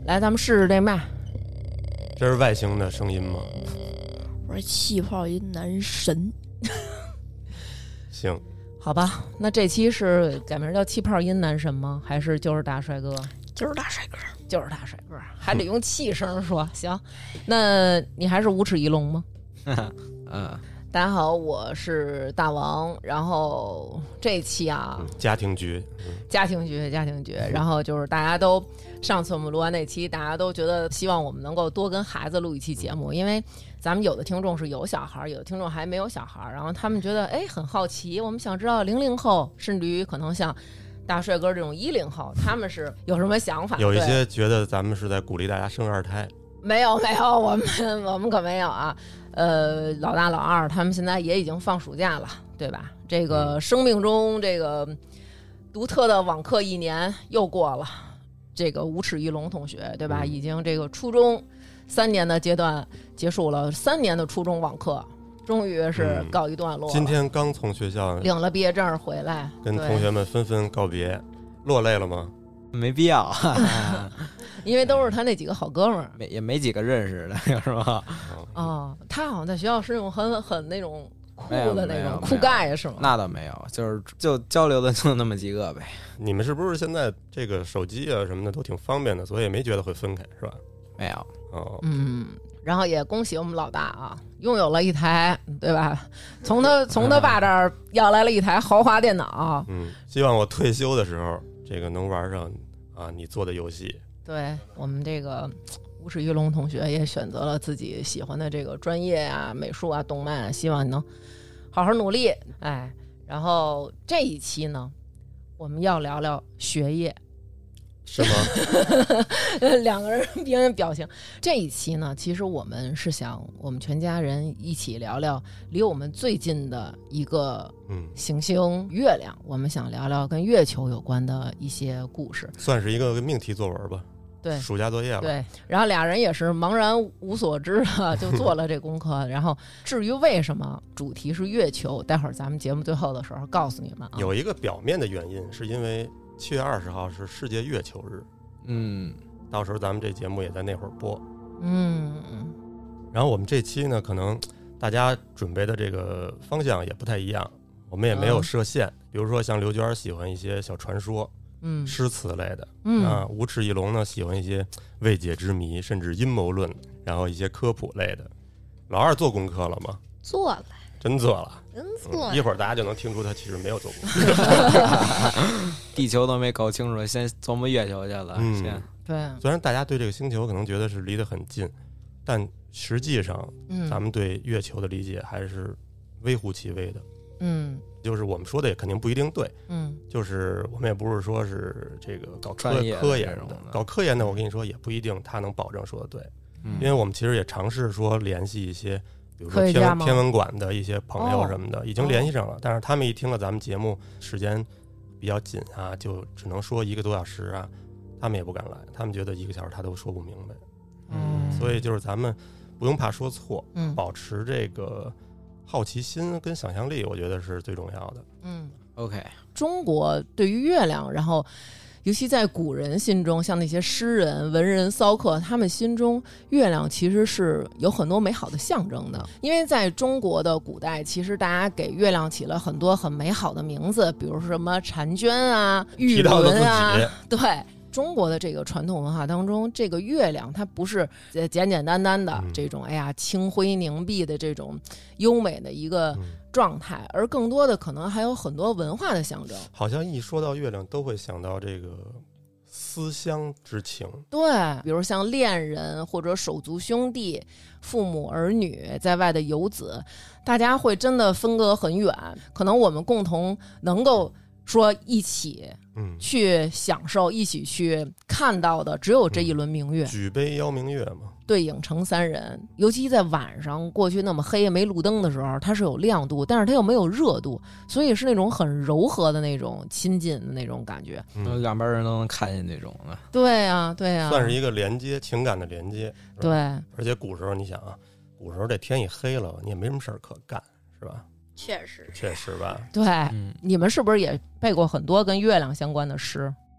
来，咱们试试这麦。 这是外星的声音吗？ 我是气泡音男神。 行， 好吧，那这期是改名叫气泡音男神吗？还是就是大帅哥？ 就是大帅哥， 就是大帅哥，还得用气声说。行，那你还是无齿一龙吗？大家好，我是大王。然后这一期啊， 家庭局，然后就是大家都上次我们录完那期，大家都觉得希望我们能够多跟孩子录一期节目，因为咱们有的听众是有小孩，有的听众还没有小孩，然后他们觉得很好奇，我们想知道00后，甚至于可能像大帅哥这种10后，他们是有什么想法？ 有一些觉得咱们是在鼓励大家生二胎。 没有，我们可没有啊。老大老二他们现在也已经放暑假了，对吧？这个生命中这个独特的网课1年又过了，这个无齿一龙同学，对吧？已经这个初中3年的阶段结束了，3年的初中网课终于是告一段落了。 今天刚从学校领了毕业证回来， 跟同学们纷纷告别，落泪了吗？ 没必要。 因为都是他那几个好哥们儿， 也没几个认识的，是吧？ 哦，他好像在学校是那种很那种酷的那种酷盖是吗？ 那倒没有，就交流的就那么几个呗。 你们是不是现在这个手机啊什么的都挺方便的，所以也没觉得会分开，是吧？ 没有。 哦， 然后也恭喜我们老大啊，拥有了一台，对吧？从他爸这儿要来了一台豪华电脑。 希望我退休的时候，这个能玩上啊你做的游戏。 对，我们这个无齿一龙同学也选择了自己喜欢的这个专业啊，美术啊，动漫啊，希望你能好好努力。然后这一期呢，我们要聊聊学业。 是吗？ 两个人别表情。这一期呢，其实我们是想我们全家人一起聊聊离我们最近的一个行星月亮，我们想聊聊跟月球有关的一些故事， 算是一个命题作文吧。 对， 暑假作业了。 对，然后俩人也是茫然无所知的就做了这功课。然后至于为什么主题是月球，待会儿咱们节目最后的时候告诉你们啊。有一个表面的原因，是因为7月20号是世界月球日。到时候咱们这节目也在那会儿播。然后我们这期呢，可能大家准备的这个方向也不太一样，我们也没有设限。比如说像刘娟喜欢一些小传说。诗词类的，无齿一龙呢喜欢一些未解之谜，甚至阴谋论，然后一些科普类的。老二做功课了吗？ 做了， 真做了，一会儿大家就能听出他其实没有做功课。 地球都没搞清楚，先琢磨月球去了。 对， 虽然大家对这个星球可能觉得是离得很近，但实际上，咱们对月球的理解还是微乎其微的。就是我们说的也肯定不一定对，就是我们也不是说是这个搞科研的，搞科研的，我跟你说也不一定他能保证说的对，因为我们其实也尝试说联系一些，比如说天文馆的一些朋友什么的，已经联系上了，但是他们一听了咱们节目时间比较紧啊，就只能说1个多小时啊，他们也不敢来，他们觉得1个小时他都说不明白，所以就是咱们不用怕说错，保持这个好奇心跟想象力，我觉得是最重要的。 OK， 中国对于月亮，然后尤其在古人心中，像那些诗人、文人、骚客，他们心中月亮其实是有很多美好的象征的。因为在中国的古代，其实大家给月亮起了很多很美好的名字，比如说什么婵娟啊、玉轮啊，对。中国的这个传统文化当中，这个月亮它不是简简单单的这种清辉凝碧的这种优美的一个状态，而更多的可能还有很多文化的象征。 好像一说到月亮都会想到这个思乡之情。 对，比如像恋人或者手足兄弟、父母儿女在外的游子，大家会真的分隔很远，可能我们共同能够说一起去享受，一起去看到的只有这一轮明月， 举杯邀明月嘛， 对影成3人。尤其在晚上过去那么黑没路灯的时候，它是有亮度，但是它又没有热度，所以是那种很柔和的那种亲近的那种感觉， 两边人都能看见那种的。 对啊， 算是一个连接，情感的连接。 对， 而且古时候你想啊，古时候这天一黑了，你也没什么事儿可干，是吧？ 确实吧。 对，你们是不是也背过很多跟月亮相关的诗？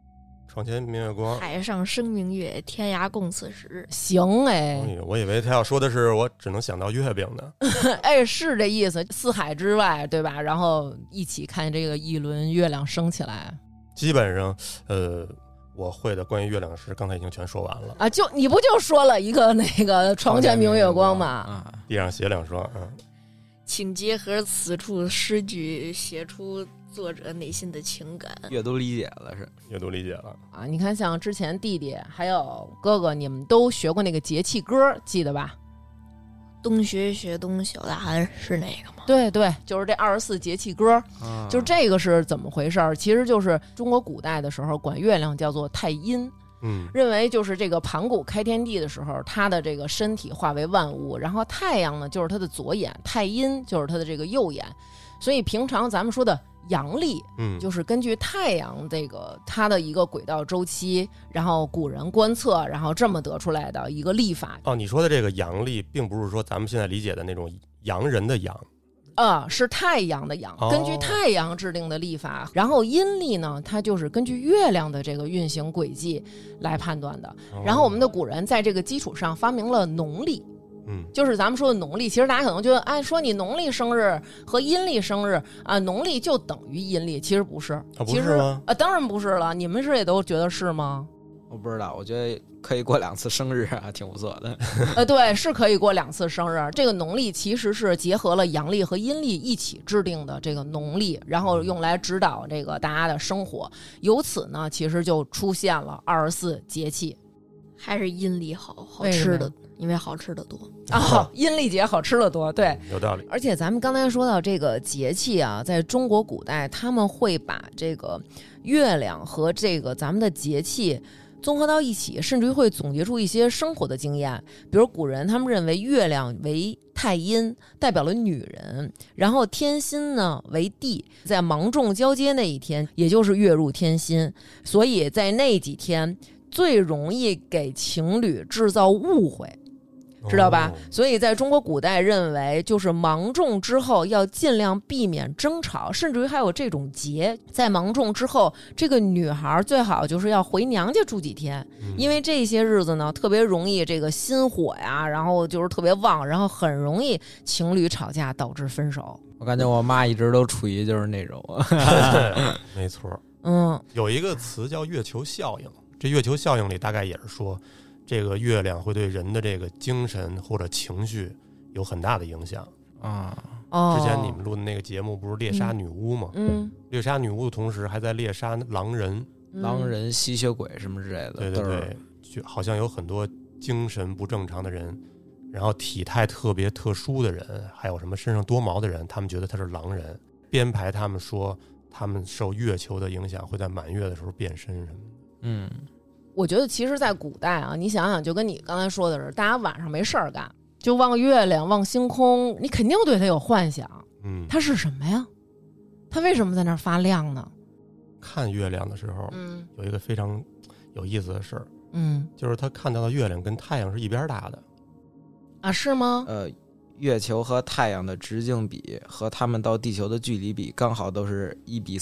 床前明月光， 海上生明月，天涯共此时。 行哎， 我以为他要说的是我只能想到月饼呢。 哎，是这意思，四海之外，对吧？然后一起看这个一轮月亮升起来。 基本上，我会的关于月亮的诗，刚才已经全说完了啊。就你不就说了一个那个床前明月光吗？ 地上写两双。 请结合此处诗句，写出作者内心的情感。 阅读理解了是阅读理解了啊！你看，像之前弟弟还有哥哥，你们都学过那个节气歌，记得吧？ 冬雪雪冬小大寒是那个吗？ 对对，就是这24节气歌，就是这个是怎么回事？其实就是中国古代的时候管月亮叫做太阴。认为就是这个盘古开天地的时候，他的这个身体化为万物，然后太阳呢就是他的左眼，太阴就是他的这个右眼，所以平常咱们说的阳历，就是根据太阳这个它的一个轨道周期，然后古人观测，然后这么得出来的一个历法。 哦，你说的这个阳历，并不是说咱们现在理解的那种洋人的洋。 是太阳的阳，根据太阳制定的历法。然后阴历呢，它就是根据月亮的这个运行轨迹来判断的。然后我们的古人在这个基础上发明了农历，就是咱们说的农历。其实大家可能觉得，哎，说你农历生日和阴历生日啊，农历就等于阴历，其实不是。 不是吗？ 当然不是了。你们是也都觉得是吗？ 我不知道，我觉得可以过2次生日啊，挺不错的。 对，是可以过2次生日。这个农历其实是结合了阳历和阴历一起制定的这个农历，然后用来指导这个大家的生活。由此呢，其实就出现了24节气。 还是阴历好吃的，因为好吃的多阴历节好吃的多，对， 有道理。 而且咱们刚才说到这个节气啊，在中国古代他们会把这个月亮和这个咱们的节气综合到一起，甚至于会总结出一些生活的经验。比如古人他们认为月亮为太阴，代表了女人，然后天心呢为地，在芒种交接那一天，也就是月入天心，所以在那几天最容易给情侣制造误会，知道吧？所以在中国古代认为，就是芒种之后要尽量避免争吵，甚至于还有这种节，在芒种之后，这个女孩最好就是要回娘家住几天，因为这些日子呢特别容易这个心火呀，然后就是特别旺，然后很容易情侣吵架导致分手。 我感觉我妈一直都处于就是那种没错。有一个词叫月球效应，这月球效应里大概也是说这个月亮会对人的这个精神或者情绪有很大的影响之前你们录的那个节目不是猎杀女巫吗？猎杀女巫的同时还在猎杀狼人、 吸血鬼什么之类的。 对对对，就好像有很多精神不正常的人，然后体态特别特殊的人，还有什么身上多毛的人，他们觉得他是狼人，编排他们说他们受月球的影响会在满月的时候变身什么的。 我觉得其实在古代啊，你想想就跟你刚才说的是，大家晚上没事儿干就望月亮望星空，你肯定对它有幻想。它是什么呀？它为什么在那儿发亮呢？ 看月亮的时候有一个非常有意思的事儿，就是他看到的月亮跟太阳是一边大的啊？是吗？ 月球和太阳的直径比和他们到地球的距离比刚好都是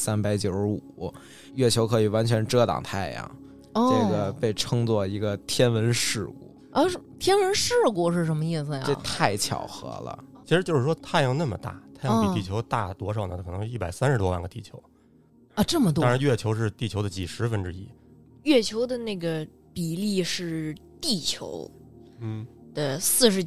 1:395，月球可以完全遮挡太阳。这个被称作一个天文事故。 天文事故是什么意思呀？ 这太巧合了。 其实就是说太阳那么大，太阳比地球大多少呢？可能130多万个地球啊，这么多。 当然月球是地球的几10%。 月球的那个比例是地球的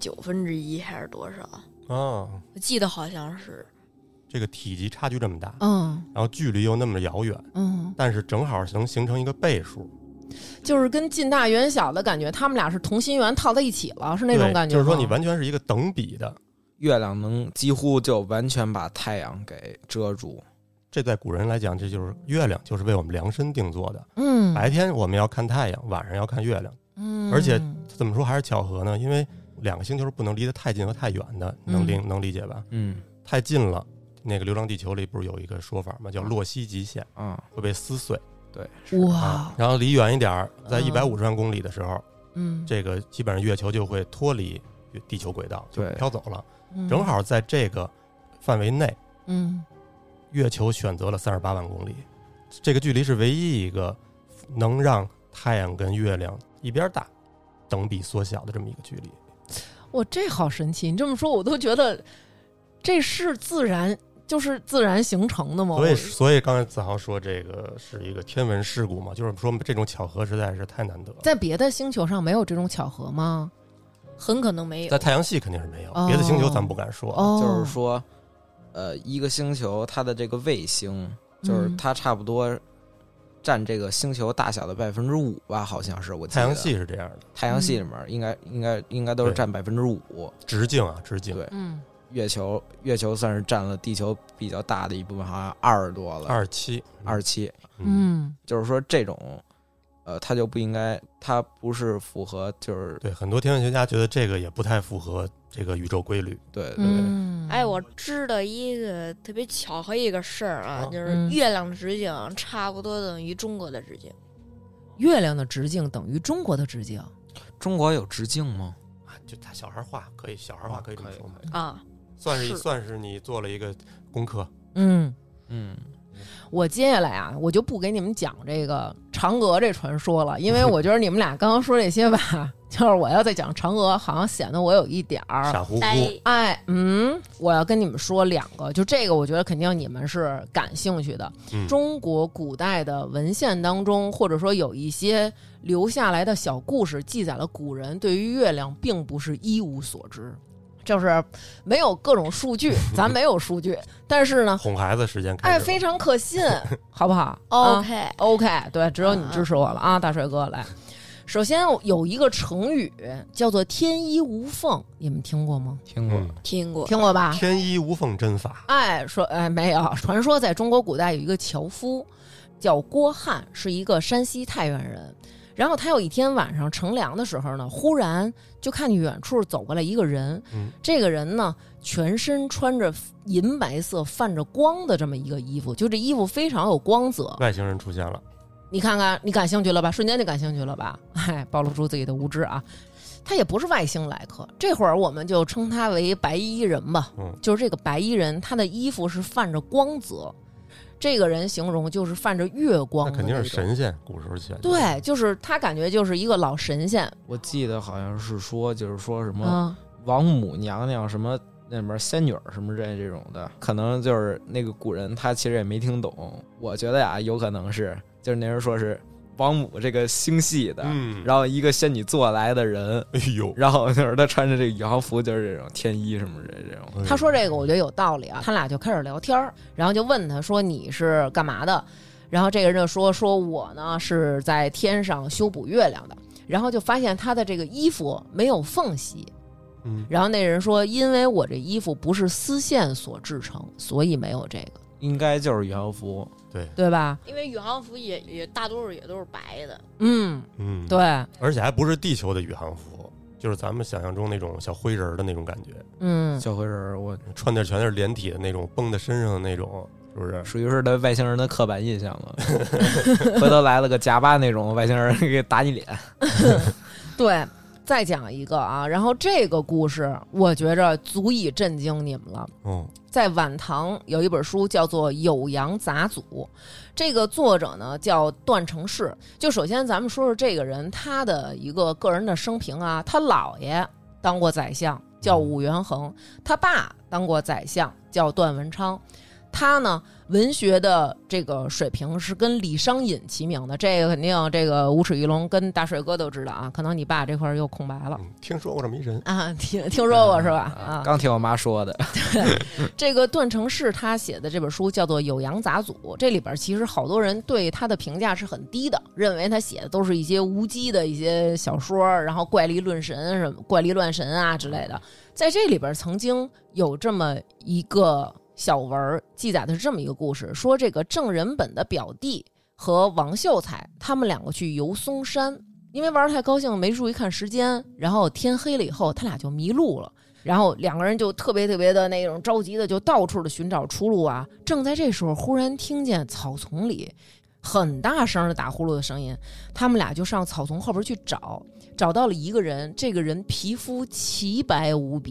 49%还是多少？我记得好像是。 这个体积差距这么大，然后距离又那么遥远，但是正好能形成一个倍数， 就是跟近大远小的感觉，他们俩是同心圆套在一起了，是那种感觉。 就是说你完全是一个等比的， 月亮能几乎就完全把太阳给遮住。 这在古人来讲，这就是月亮就是为我们量身定做的。白天我们要看太阳，晚上要看月亮。而且怎么说还是巧合呢？因为2个星球是不能离得太近和太远的，能理解吧？太近了。那个《流浪地球》里不是有一个说法吗？叫洛希极限，会被撕碎。 对， 哇！然后离远一点，在150万公里的时候，这个基本上月球就会脱离地球轨道，就飘走了。正好在这个范围内，月球选择了38万公里，这个距离是唯一一个能让太阳跟月亮一边大等比缩小的这么一个距离。 哇，这好神奇！你这么说我都觉得这是自然，就是自然形成的吗？ 所以刚才子豪说这个是一个天文事故嘛，就是说这种巧合实在是太难得了。 在别的星球上没有这种巧合吗？ 很可能没有， 在太阳系肯定是没有，别的星球咱不敢说。 就是说一个星球它的这个卫星，就是它差不多占这个星球大小的5%吧，好像是我记得。 太阳系是这样的， 太阳系里面应该都是占5%。 直径啊，直径。 对，月球算是占了地球比较大的一部分，好像20多了，27。就是说这种它就不应该，它不是符合，就是对很多天文学家觉得这个也不太符合这个宇宙规律。 对。 哎，我知道一个特别巧合一个事儿啊，就是月亮的直径差不多等于中国的直径。 月亮的直径等于中国的直径？ 中国有直径吗？ 就他小孩话可以，小孩话可以这么说吗？ 啊， 算是你做了一个功课。 我接下来啊，我就不给你们讲这个嫦娥这传说了，因为我觉得你们俩刚刚说这些吧，就是我要再讲嫦娥，好像显得我有一点儿傻乎乎。 哎，我要跟你们说2个，就这个我觉得肯定你们是感兴趣的。中国古代的文献当中，或者说有一些留下来的小故事，记载了古人对于月亮并不是一无所知。就是没有各种数据，咱没有数据，但是呢， 哄孩子时间开始， 非常可信，好不好 ？OK， 对，只有你支持我了啊，大帅哥来。首先有一个成语叫做天衣无缝，你们听过吗？ 听过吧？ 天衣无缝针法。 没有。传说在中国古代有一个樵夫叫郭汉，是一个山西太原人。然后他有一天晚上乘凉的时候呢，忽然就看见远处走过来一个人。这个人呢，全身穿着银白色泛着光的这么一个衣服，就这衣服非常有光泽。 外星人出现了， 你看看，你感兴趣了吧？瞬间就感兴趣了吧？暴露出自己的无知啊！他也不是外星来客，这会儿我们就称他为白衣人吧。就是这个白衣人，他的衣服是泛着光泽。这个人形容就是泛着月光的那种， 那肯定是神仙，古时候起来。 对，就是他感觉就是一个老神仙。 我记得好像是说，就是说什么王母娘娘什么那里面仙女什么这种的，可能就是那个古人他其实也没听懂。我觉得呀，有可能是就是那人说是王母这个星系的，然后一个仙女座来的人，然后就是他穿着这个宇航服，就是这种天衣什么这种。 他说这个我觉得有道理啊，他俩就开始聊天，然后就问他说你是干嘛的？然后这个人就说我呢是在天上修补月亮的，然后就发现他的这个衣服没有缝隙。然后那人说因为我这衣服不是丝线所制成，所以没有这个。 应该就是宇航服， 对吧？ 因为宇航服也大多数也都是白的。 对， 而且还不是地球的宇航服，就是咱们想象中那种小灰人的那种感觉。 小灰人，我穿的全是连体的那种，绷在身上的那种，是不是？ 属于是对外星人的刻板印象了。回头来了个假巴那种外星人给打你脸。 对。再讲一个啊，然后这个故事我觉着足以震惊你们了。在晚唐有一本书叫做《酉阳杂俎》，这个作者呢叫段成式。就首先咱们说说这个人他的一个个人的生平啊，他姥爷当过宰相叫武元衡，他爸当过宰相叫段文昌。他呢文学的这个水平是跟李商隐齐名的，这个肯定这个无齿玉龙跟大帅哥都知道啊，可能你爸这块又空白了。 听说过这么一人啊，听说过是吧？ 刚听我妈说的。 这个段成式他写的这本书叫做《酉阳杂俎》，这里边其实好多人对他的评价是很低的，认为他写的都是一些无稽的一些小说，然后怪力乱神什么怪力乱神啊之类的。在这里边曾经有这么一个小文记载的是这么一个故事，说这个郑仁本的表弟和王秀才他们2个去游嵩山，因为玩太高兴没注意看时间，然后天黑了以后他俩就迷路了，然后2个人就特别的那种着急的就到处的寻找出路啊。正在这时候忽然听见草丛里很大声的打呼噜的声音，他们俩就上草丛后边去找到了一个人，这个人皮肤奇白无比，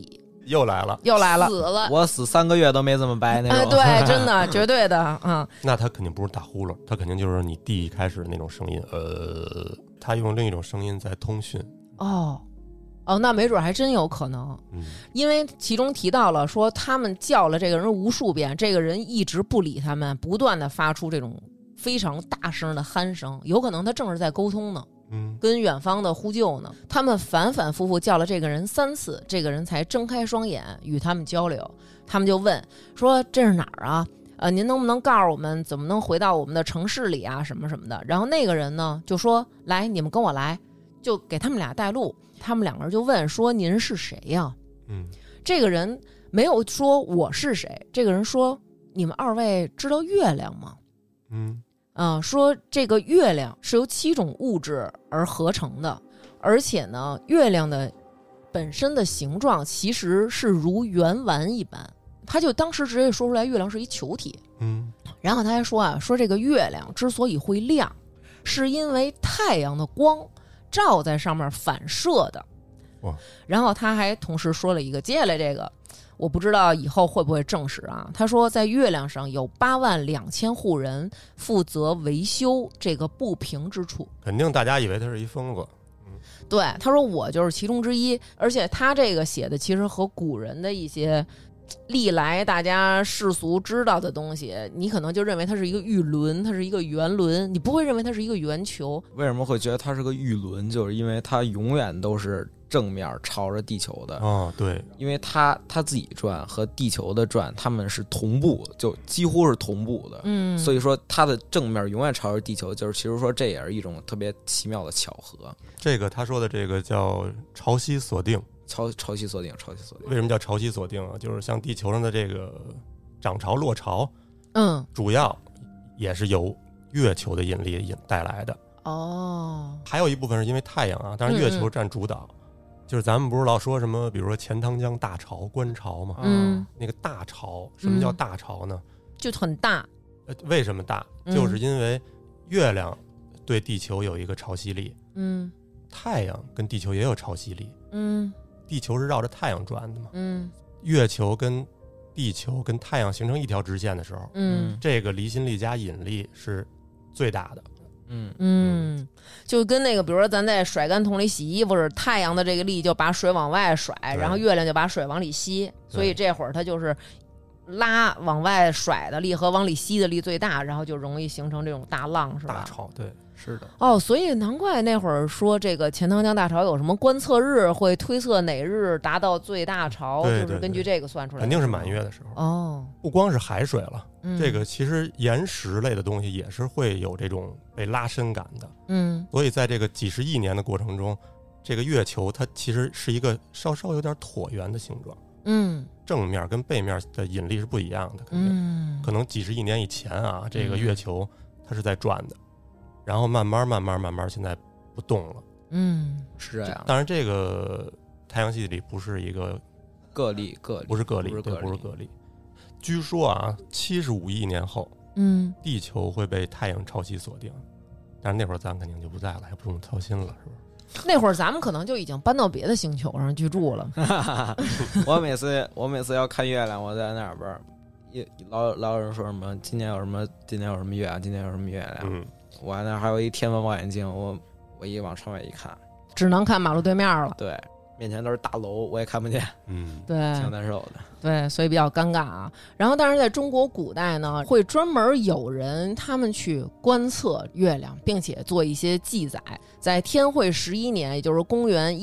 又来了， 死了， 我死3个月都没这么白那种。 对，真的，绝对的， 那他肯定不是打呼噜，他肯定就是你弟一开始那种声音，他用另一种声音在通讯。 那没准还真有可能，因为其中提到了说他们叫了这个人无数遍，这个人一直不理他们，不断的发出这种非常大声的鼾声，有可能他正是在沟通呢，跟远方的呼救呢。他们反反复复叫了这个人3次，这个人才睁开双眼与他们交流。他们就问说这是哪儿啊？您能不能告诉我们怎么能回到我们的城市里啊，什么什么的。然后那个人呢就说来，你们跟我来，就给他们俩带路。他们2个人就问说您是谁呀？这个人没有说我是谁，这个人说你们2位知道月亮吗？说这个月亮是由7种物质而合成的，而且呢月亮的本身的形状其实是如圆丸一般。他就当时直接说出来月亮是一球体。然后他还说说这个月亮之所以会亮，是因为太阳的光照在上面反射的。然后他还同时说了一个，接下来这个我不知道以后会不会证实啊。他说在月亮上有82000户人负责维修这个不平之处。 肯定大家以为他是一疯子。 对，他说我就是其中之一。而且他这个写的其实和古人的一些历来大家世俗知道的东西，你可能就认为它是一个玉轮，它是一个圆轮，你不会认为它是一个圆球。 为什么会觉得它是个玉轮？就是因为它永远都是正面朝着地球的。 对， 因为它自己转和地球的转它们是同步，就几乎是同步的。所以说它的正面永远朝着地球，就是其实说这也是一种特别奇妙的巧合。 这个他说的这个叫潮汐锁定。 潮汐锁定。 为什么叫潮汐锁定啊？就是像地球上的这个涨潮落潮，主要也是由月球的引力带来的。还有一部分是因为太阳啊，但是月球占主导。就是咱们不是老说什么，比如说钱塘江大潮、观潮嘛，那个大潮，什么叫大潮呢？ 就很大。 为什么大？就是因为月亮对地球有一个潮汐力，太阳跟地球也有潮汐力，地球是绕着太阳转的嘛，月球跟地球跟太阳形成一条直线的时候，这个离心力加引力是最大的。 就跟那个比如说咱在甩干桶里洗衣服，是太阳的这个力就把水往外甩，然后月亮就把水往里吸，所以这会儿它就是拉往外甩的力和往里吸的力最大，然后就容易形成这种大浪，是吧？ 大潮，对，是的。 所以难怪那会儿说这个钱塘江大潮有什么观测日，会推测哪日达到最大潮，就是根据这个算出来的。 肯定是满月的时候。不光是海水了，这个其实岩石类的东西也是会有这种被拉伸感的。所以在这个几十亿年的过程中，这个月球它其实是一个稍稍有点椭圆的形状。正面跟背面的引力是不一样的，肯定。可能几十亿年以前啊，这个月球它是在转的，然后慢慢现在不动了。 是这样。 当然，这个太阳系里不是一个个例， 不是个例。据说啊，75亿年后，地球会被太阳潮汐锁定，但是那会儿咱肯定就不在了，也不用操心了，是吧？ 那会儿咱们可能就已经搬到别的星球上居住了。 我每次要看月亮，我在那边老有人说什么今年有什么月啊，今年有什么月亮。我那还有一天文望远镜，我一往窗外一看， 只能看马路对面了。 对，面前都是大楼，我也看不见。 对， 挺难受的。 对，所以比较尴尬啊。然后，但是在中国古代呢，会专门有人他们去观测月亮，并且做一些记载。在天会11年，也就是公元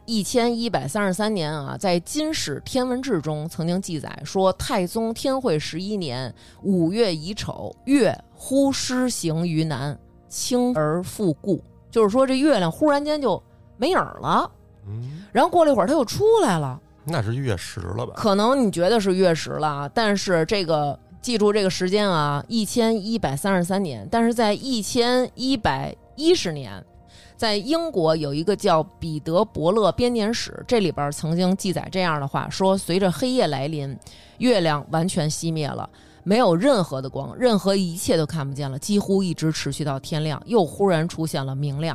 1133年啊，在《金史天文志》中曾经记载说，太宗天会11年5月乙丑，月忽失行于南，清而复故。就是说，这月亮忽然间就没影了。然后过了一会儿，它又出来了。 那是月食了吧？ 可能你觉得是月食了，但是这个记住这个时间啊，1133年。但是在1110年，在英国有一个叫彼得伯勒编年史，这里边曾经记载这样的话，说随着黑夜来临，月亮完全熄灭了，没有任何的光，任何一切都看不见了，几乎一直持续到天亮，又忽然出现了明亮。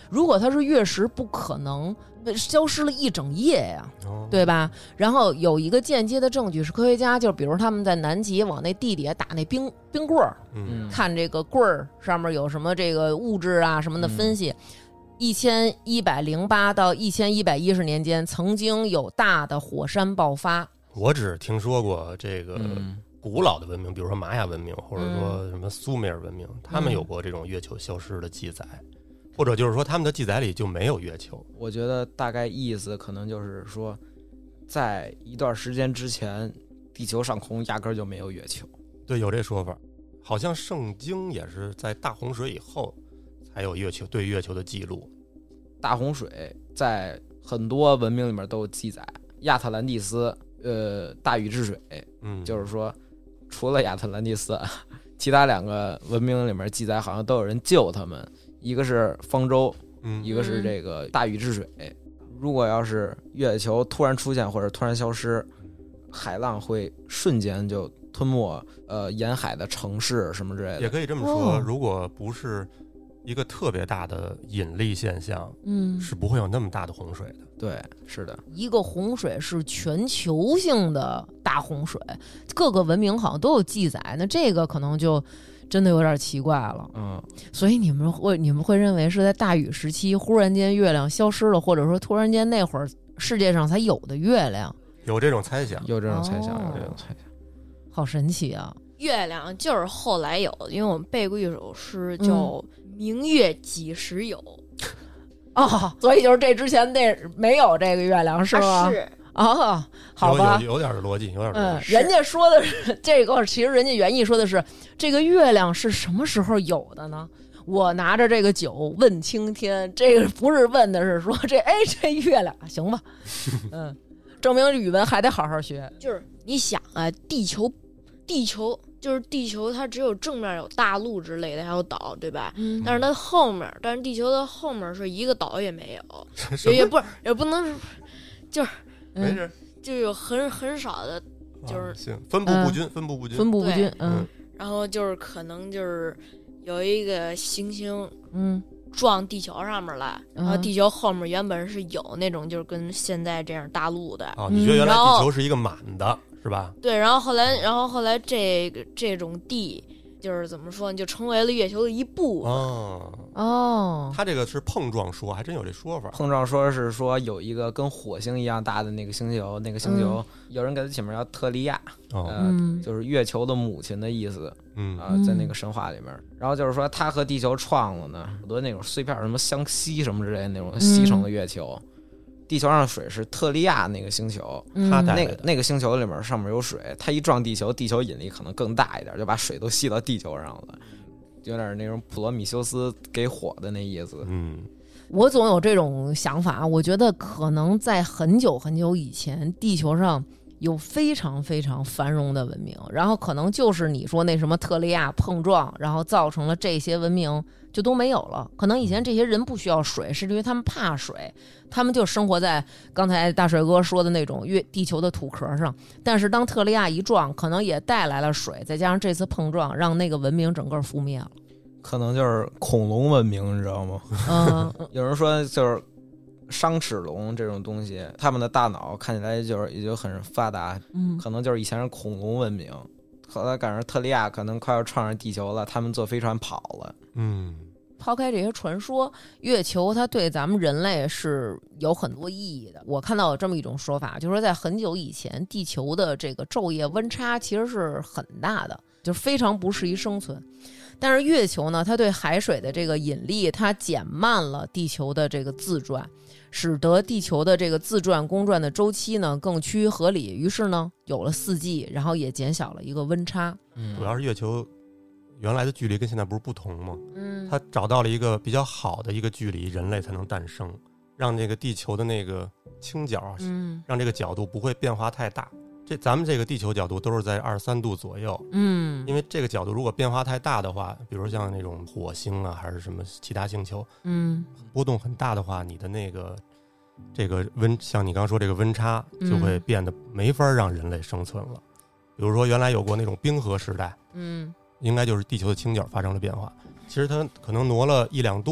如果它是月食，不可能消失了一整夜呀，对吧？然后有一个间接的证据是科学家，就比如他们在南极往那地底下打那冰棍儿，看这个棍儿上面有什么这个物质啊什么的分析。1108到1110年间，曾经有大的火山爆发。 我只听说过这个古老的文明，比如说玛雅文明，或者说什么苏美尔文明，他们有过这种月球消失的记载，或者就是说他们的记载里就没有月球。 我觉得大概意思可能就是说，在一段时间之前，地球上空压根就没有月球。 对，有这说法。好像圣经也是在大洪水以后才有月球对月球的记录。 大洪水在很多文明里面都有记载，亚特兰蒂斯大禹治水，就是说除了亚特兰蒂斯，其他2个文明里面记载好像都有人救他们，一个是方舟，一个是这个大禹治水。如果要是月球突然出现或者突然消失，海浪会瞬间就吞没沿海的城市什么之类的。 也可以这么说，如果不是一个特别大的引力现象，是不会有那么大的洪水的。 对，是的， 一个洪水是全球性的大洪水，各个文明好像都有记载，那这个可能就真的有点奇怪了。所以你们会认为是在大禹时期忽然间月亮消失了，或者说突然间那会儿世界上才有的月亮？ 有这种猜想， 有这种猜想， 好神奇啊！ 月亮就是后来有的，因为我们背过一首诗叫明月几时有。 所以就是这之前那没有这个月亮是吗？ 是好吧，有点逻辑，有点逻辑。 人家说的是这个，其实人家原意说的是这个月亮是什么时候有的呢？我拿着这个酒问青天，这个不是问的是说这月亮行吧？证明语文还得好好学。 就是你想啊，地球就是地球，它只有正面有大陆之类的，还有岛，对吧？但是地球的后面是一个岛也没有，也不能，就是没事， 就有很少的，就是行，分布不均， 然后就是可能就是有一个行星，撞地球上面来，然后地球后面原本是有那种就是跟现在这样大陆的。 你觉得原来地球是一个满的？是吧？ 对，然后后来这种地就是怎么说呢，就成为了月球的一部分。 它这个是碰撞说，还真有这说法。 碰撞说是说有一个跟火星一样大的那个星球，有人给它起名叫特利亚，就是月球的母亲的意思。在那个神话里面，然后就是说它和地球撞了呢，很多那种碎片什么相吸什么之类的那种吸成了月球。地球上的水是特利亚那个星球，它那个星球里面上面有水，它一撞地球，地球引力可能更大一点，就把水都吸到地球上了，有点那种普罗米修斯给火的那意思。 我总有这种想法，我觉得可能在很久很久以前，地球上有非常非常繁荣的文明，然后可能就是你说那什么特利亚碰撞，然后造成了这些文明就都没有了。可能以前这些人不需要水，是因为他们怕水，他们就生活在刚才大帅哥说的那种地球的土壳上。但是当特利亚一撞，可能也带来了水，再加上这次碰撞，让那个文明整个覆灭了。 可能就是恐龙文明，你知道吗？有人说就是商齿龙这种东西，他们的大脑看起来就是也就很发达，可能就是以前是恐龙文明，后来赶上特利亚可能快要撞上地球了，他们坐飞船跑了。 抛开这些传说，月球它对咱们人类是有很多意义的。我看到有这么一种说法，就是说在很久以前，地球的这个昼夜温差其实是很大的，就是非常不适宜生存。但是月球呢，它对海水的这个引力，它减慢了地球的这个自转，使得地球的这个自转公转的周期呢更趋于合理，于是呢有了四季，然后也减小了一个温差。 主要是月球原来的距离跟现在不是不同吗？它找到了一个比较好的一个距离，人类才能诞生，让这个地球的那个倾角，让这个角度不会变化太大。咱们这个地球角度都是在23度左右，因为这个角度如果变化太大的话，比如像那种火星啊，还是什么其他星球，波动很大的话，你的那个这个像你刚刚说这个温差就会变得没法让人类生存了。比如说原来有过那种冰河时代，应该就是地球的倾角发生了变化，其实它可能挪了1-2度，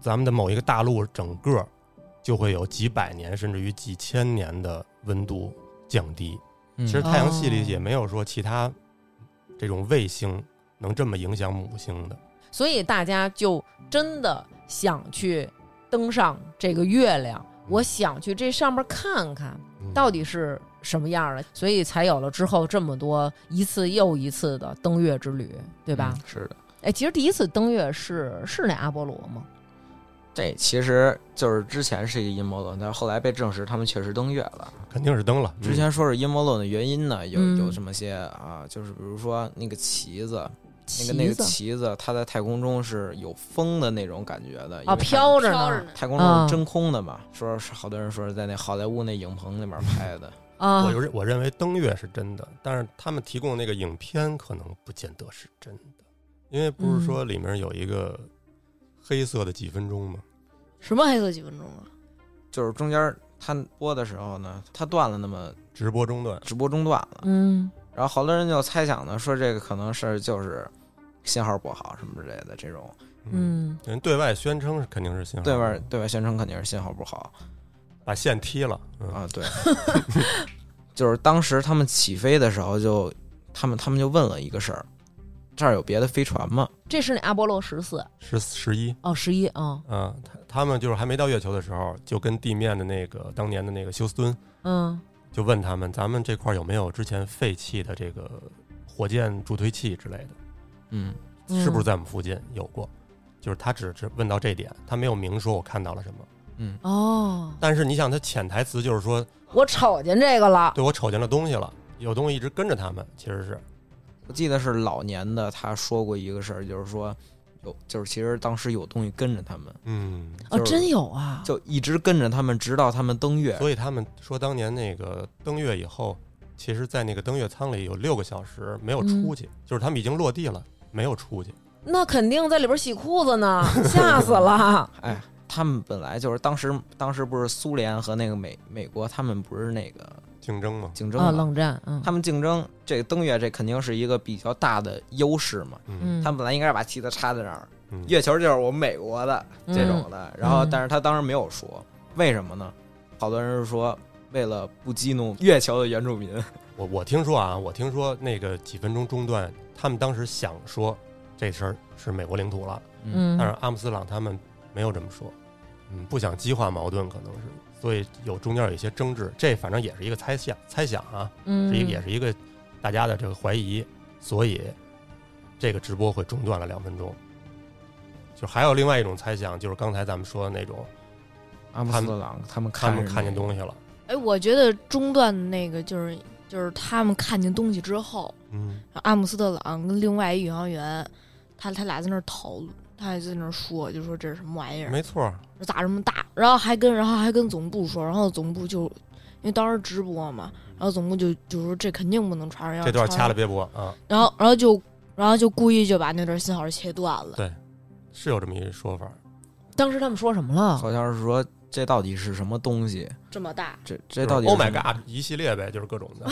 咱们的某一个大陆整个就会有几百年甚至于几千年的温度降低。其实太阳系里也没有说其他这种卫星能这么影响母星的， 所以大家就真的想去登上这个月亮，我想去这上面看看到底是什么样的，所以才有了之后这么多一次又一次的登月之旅，对吧？ 是的。 哎，其实第一次登月是那阿波罗吗？ 这其实就是之前是一个阴谋论，但是后来被证实他们确实登月了， 肯定是登了。 之前说是阴谋论的原因呢，有这么些啊，就是比如说那个旗子，那个旗子，它在太空中是有风的那种感觉的， 飘着呢。 太空中是真空的嘛，说是好多人说是在那好莱坞那影棚里面拍的。 我认为登月是真的，但是他们提供的那个影片可能不见得是真的，因为不是说里面有一个黑色的几分钟吗？ 什么黑色几分钟啊？ 就是中间他播的时候呢，他断了那么直播中断了，然后好多人就猜想呢，说这个可能是就是信号不好什么之类的这种， 人对外宣称是肯定是信号， 对外宣称肯定是信号不好， 把线踢了啊，对，就是当时他们起飞的时候他们就问了一个事儿。这儿有别的飞船吗？ 这是那阿波罗14、 11 哦，11啊， 他们就是还没到月球的时候，就跟地面的那个当年的那个休斯敦，就问他们，咱们这块有没有之前废弃的这个火箭助推器之类的？是不是在我们附近有过？就是他只问到这点，他没有明说我看到了什么。但是你想，他潜台词就是说， 我瞅见这个了， 对，我瞅见了东西了，有东西一直跟着他们，其实是。 我记得是老年的，他说过一个事儿，就是说就是其实当时有东西跟着他们， 真有啊， 就一直跟着他们，直到他们登月。 所以他们说当年那个登月以后，其实在那个登月舱里有6个小时没有出去，就是他们已经落地了，没有出去。 那肯定在里边洗裤子呢，吓死了。 哎，他们本来就是当时不是苏联和那个美国，他们不是那个。 竞争冷战， 他们竞争这个登月，这肯定是一个比较大的优势嘛。他们本来应该是把旗子插在那儿，月球就是我们美国的这种的。然后，但是他当时没有说，为什么呢？好多人是说为了不激怒月球的原住民。 我听说那个几分钟中断，他们当时想说这事儿是美国领土了，但是阿姆斯朗他们没有这么说，不想激化矛盾，可能是。所以中间有一些争执，这反正也是一个猜想啊，也是一个大家的这个怀疑，所以这个直播会中断了2分钟。就还有另外一种猜想，就是刚才咱们说的那种， 阿姆斯特朗他们看见东西了。 哎，我觉得中断的那个就是他们看见东西之后，阿姆斯特朗跟另外一宇航员，他俩在那儿讨论。他还在那说，就说这是什么玩意儿？ 没错， 咋这么大？然后还跟总部说，然后总部就因为当时直播嘛，然后总部就说这肯定不能传上， 这段掐了别播啊。 然后就故意就把那段信号切断了。 对，是有这么一说法。 当时他们说什么了？ 好像是说这到底是什么东西？ 这么大？ 这到底 ？Oh my god！ 一系列呗，就是各种的。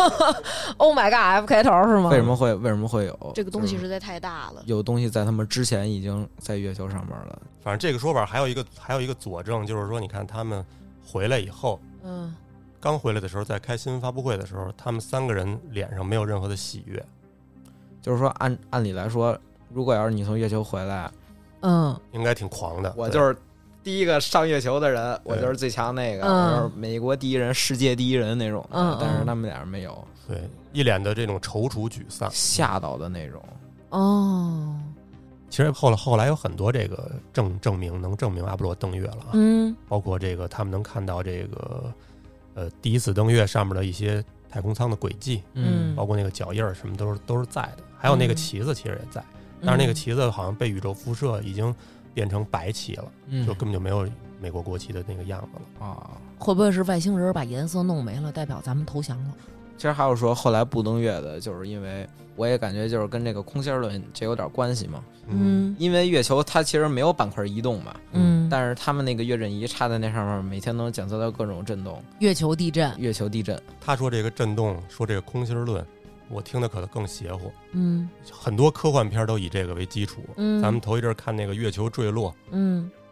Oh my god！F 开头是吗？ 为什么会有这个东西实在太大了？ 有东西在他们之前已经在月球上面了。 反正这个说法还有一个佐证，就是说，你看他们回来以后，刚回来的时候，在开新闻发布会的时候，他们3个人脸上没有任何的喜悦。 就是说，按理来说，如果要是你从月球回来， 应该挺狂的。 我就是第一个上月球的人，我就是最强那个，我就是美国第一人、世界第一人那种。但是他们俩人没有， 对，一脸的这种踌躇沮丧、 吓到的那种。 其实后来有很多这个证明能证明阿波罗登月了啊，包括这个他们能看到这个第一次登月上面的一些太空舱的轨迹，包括那个脚印什么都是在的，还有那个旗子其实也在，但是那个旗子好像被宇宙辐射已经变成白旗了，就根本就没有美国国旗的那个样子了啊！ 会不会是外星人把颜色弄没了，代表咱们投降了？ 其实还有说后来不登月的，就是因为我也感觉就是跟这个空心论这有点关系嘛。因为月球它其实没有板块移动嘛，但是他们那个月震仪插在那上面，每天能检测到各种震动。 月球地震。 他说这个震动，说这个空心论，我听的可能更邪乎。很多科幻片都以这个为基础。咱们头一阵看那个月球坠落，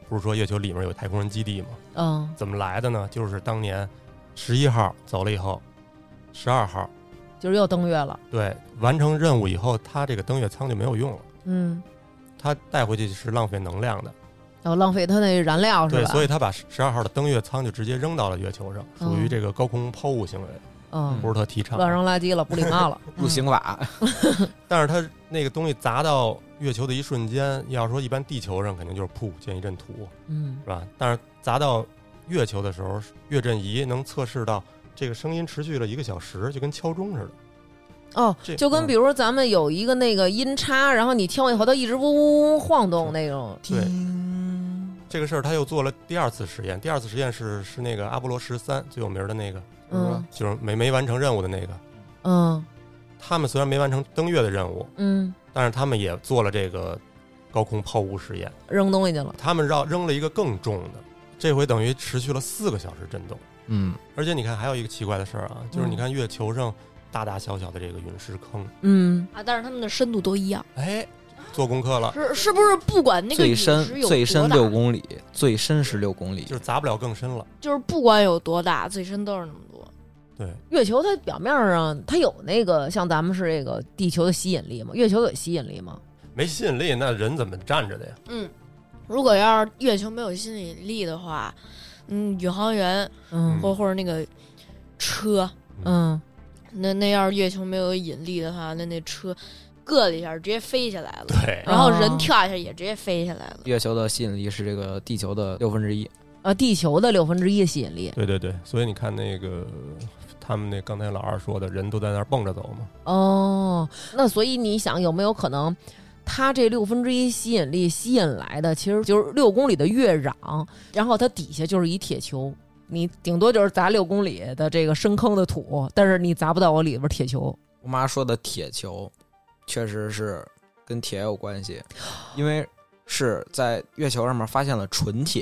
不是说月球里面有太空人基地吗？怎么来的呢？就是当年11号走了以后，12号就是又登月了。 对，完成任务以后，它这个登月舱就没有用了。它带回去是浪费能量的。 浪费它那燃料是吧？ 对，所以他把12号的登月舱就直接扔到了月球上，属于这个高空抛物行为。不是特提倡， 乱扔垃圾了，不礼貌了， 不行法。 但是它那个东西砸到月球的一瞬间，要说一般地球上肯定就是噗溅一阵土，是吧？但是砸到月球的时候，月震仪能测试到这个声音持续了1个小时，就跟敲钟似的。就跟比如说咱们有一个那个音叉，然后你听完以后它一直嗡嗡嗡晃动那种。 对，这个事儿他又做了第2次实验，第2次实验是那个阿波罗13最有名的那个。就是没完成任务的那个，他们虽然没完成登月的任务，但是他们也做了这个高空抛物实验， 扔东西去了。 他们扔了一个更重的，这回等于持续了4个小时震动。而且你看还有一个奇怪的事儿啊，就是你看月球上大大小小的这个陨石坑， 但是他们的深度都一样。 做功课了， 是不是不管那个陨石有多大， 最深6公里，最深是6公里， 就是砸不了更深了。 就是不管有多大，最深都是那么多。 对， 月球它表面上它有那个像咱们是这个地球的吸引力吗？月球有吸引力吗？ 没吸引力，那人怎么站着的呀？ 如果要是月球没有吸引力的话，宇航员，或者那个车，那要是月球没有引力的话，那车硌了一下直接飞下来了。 对， 然后人跳下去也直接飞下来了。 月球的吸引力是这个地球的1/6。 地球的1/6吸引力。 对，所以你看那个他们那刚才老二说的人都在那儿蹦着走嘛。 那所以你想有没有可能，它这1/6吸引力吸引来的其实就是6公里的月壤，然后它底下就是一铁球，你顶多就是砸6公里的这个深坑的土，但是你砸不到我里边铁球。 我妈说的铁球确实是跟铁有关系，因为是在月球上面发现了纯铁。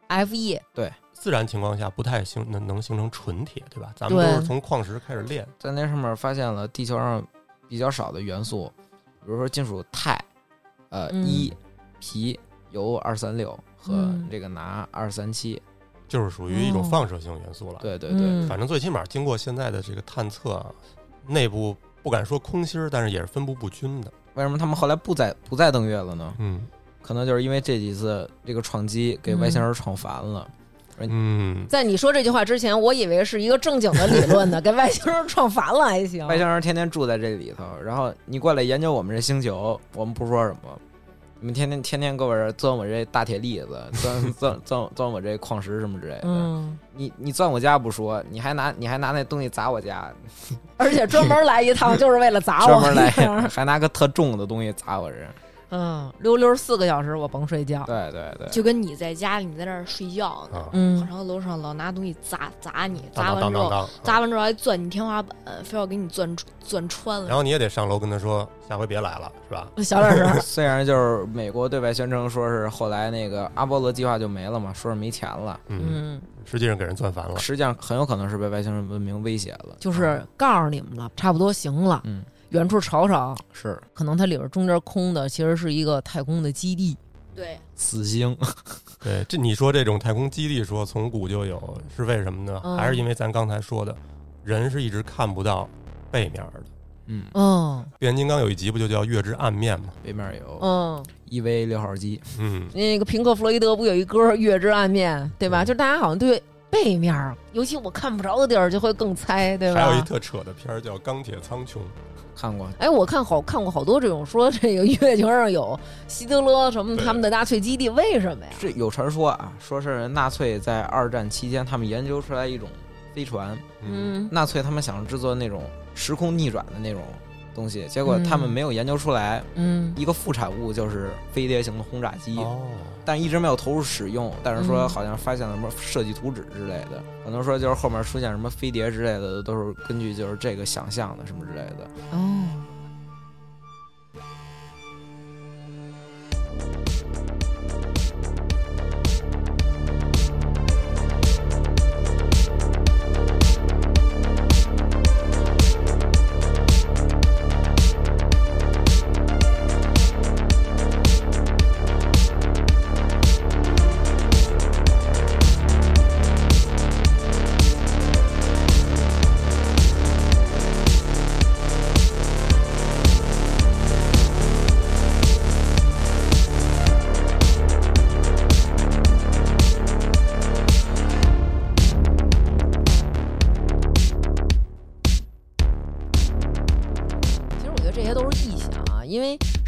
Fe 对， 自然情况下不太能形成纯铁，对吧？咱们都是从矿石开始炼， 在那上面发现了地球上比较少的元素，比如说金属钛、铱、铍、铀236和这个钠237， 就是属于一种放射性元素了。 对， 反正最起码经过现在的这个探测，内部不敢说空心，但是也是分布不均的。 为什么他们后来不再登月了呢？可能就是因为这几次这个撞击给外星人撞烦了。 在你说这句话之前，我以为是一个正经的理论呢，给外星人撞烦了还行。 外星人天天住在这里头，然后你过来研究我们这星球，我们不说什么，你们天天给我这钻我这大铁粒子，钻我这矿石什么之类的。你钻我家不说，你还拿那东西砸我家， 而且专门来一趟就是为了砸我， 专门来还拿个特重的东西砸我这。 溜4个小时我甭睡觉。 对， 就跟你在家里你在那儿睡觉呢，然后楼上老拿东西砸你，砸完之后还钻你天花板，非要给你钻穿了。 然后你也得上楼跟他说，下回别来了，是吧？ 小点声。 虽然就是美国对外宣称说是后来那个阿波罗计划就没了嘛，说是没钱了， 实际上给人钻烦了， 实际上很有可能是被外星人文明威胁了， 就是告诉你们了，差不多行了。远处瞅瞅， 是可能它里边中间空的其实是一个太空的基地。 对， 死星。 对，这你说这种太空基地说从古就有，是为什么呢？还是因为咱刚才说的，人是一直看不到背面的。变形金刚有一集不就叫月之暗面吗？ 背面有EV6号机。 那个平克·弗洛伊德不有一歌《月之暗面》，对吧？就大家好像对背面，尤其我看不着的地儿就会更猜，对吧？ 还有一特扯的片儿叫《钢铁苍穹》。 看过， 我看过好多这种说这个月球上有希特勒什么他们的纳粹基地，为什么呀？ 这有传说啊，说是纳粹在2战期间他们研究出来一种飞船，纳粹他们想制作那种时空逆转的那种东西，结果他们没有研究出来，一个副产物就是飞碟型的轰炸机，但一直没有投入使用，但是说好像发现了什么设计图纸之类的，可能说就是后面出现什么飞碟之类的都是根据就是这个想象的什么之类的。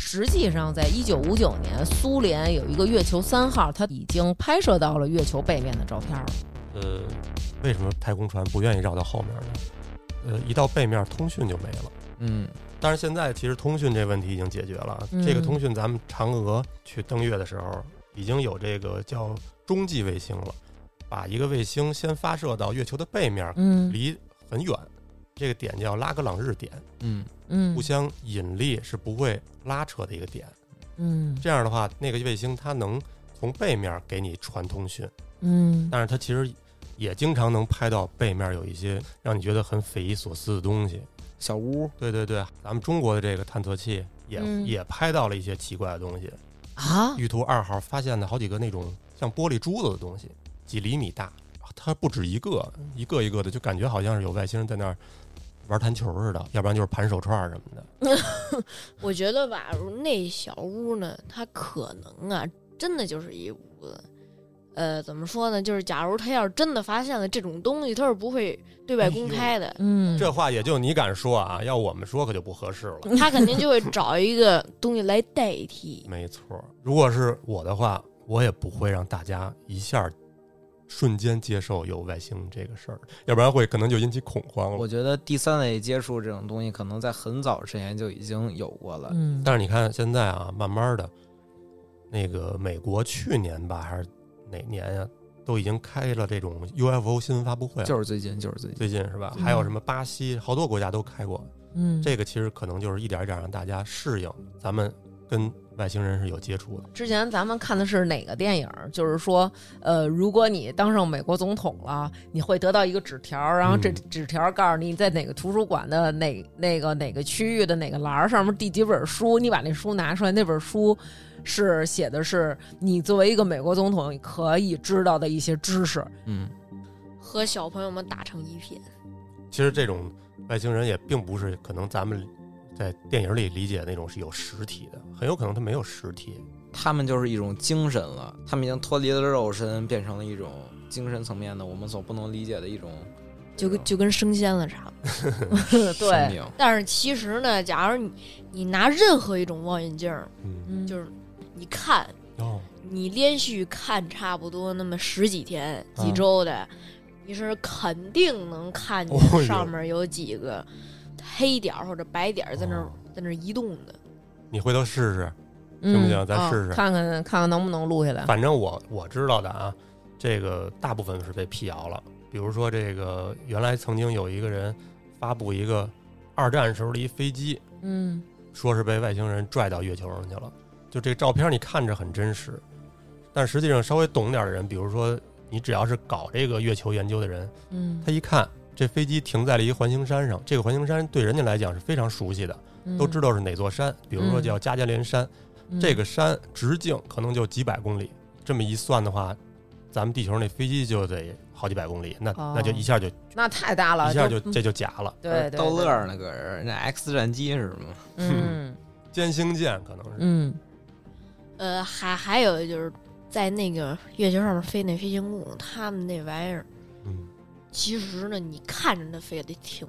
实际上在1959年，苏联有一个月球3号，它已经拍摄到了月球背面的照片了。 为什么太空船不愿意绕到后面呢？一到背面通讯就没了。但是现在其实通讯这问题已经解决了。这个通讯，咱们嫦娥去登月的时候，已经有这个叫中继卫星了，把一个卫星先发射到月球的背面，离很远，这个点叫拉格朗日点，互相引力是不会拉扯的一个点。这样的话，那个卫星它能从背面给你传通讯，但是它其实也经常能拍到背面有一些让你觉得很匪夷所思的东西。 小屋， 对，咱们中国的这个探测器也拍到了一些奇怪的东西啊。 玉兔2号发现了好几个那种像玻璃珠子的东西，几厘米大，它不止一个一个的，就感觉好像是有外星人在那儿玩弹球似的，要不然就是盘手串什么的。 我觉得吧，那小屋呢，它可能啊，真的就是一屋子。怎么说呢？就是假如他要是真的发现了这种东西，他是不会对外公开的。 这话也就你敢说啊，要我们说可就不合适了。 他肯定就会找一个东西来代替。 没错，如果是我的话，我也不会让大家一下瞬间接受有外星这个事儿，要不然会可能就引起恐慌了。 我觉得第三类接触这种东西，可能在很早之前就已经有过了。 但是你看现在啊，慢慢的，那个美国去年吧，还是哪年呀，都已经开了这种 UFO 新闻发布会了。 就是最近是吧？还有什么巴西，好多国家都开过。这个其实可能就是一点一点让大家适应咱们跟外星人是有接触的。 之前咱们看的是哪个电影？就是说，如果你当上美国总统了，你会得到一个纸条，然后这纸条告诉你在哪个图书馆的哪个区域的哪个栏上面第几本书，你把那书拿出来，那本书是写的是你作为一个美国总统可以知道的一些知识。 和小朋友们打成一片。 其实这种外星人也并不是可能咱们在电影里理解那种是有实体的，很有可能他没有实体， 他们就是一种精神了，他们已经脱离了肉身，变成了一种精神层面的我们所不能理解的一种， 就跟升仙了差不多。 对， 但是其实呢，假如你拿任何一种望远镜，就是你看，你连续看差不多那么10几天、几周的，你是肯定能看见上面有几个黑点或者白点在那移动的。 你回头试试，行不行？咱试试， 看看能不能录下来。 反正我知道的啊，这个大部分是被辟谣了。比如说，这个原来曾经有一个人发布一个2战时候的一飞机，说是被外星人拽到月球上去了。就这个照片你看着很真实，但实际上稍微懂点的人，比如说你只要是搞这个月球研究的人，他一看这飞机停在了一个环形山上，这个环形山对人家来讲是非常熟悉的，都知道是哪座山，比如说叫加加连山，这个山直径可能就几百公里，这么一算的话，咱们地球那飞机就得好几百公里，那就一下就那太大了， 一下就这就假了。 对， 逗乐那个人，那 X 战机是吗？ 歼星舰可能是。 还有就是在那个月球上面飞那飞行物，他们那玩意儿，其实呢，你看着那飞得挺，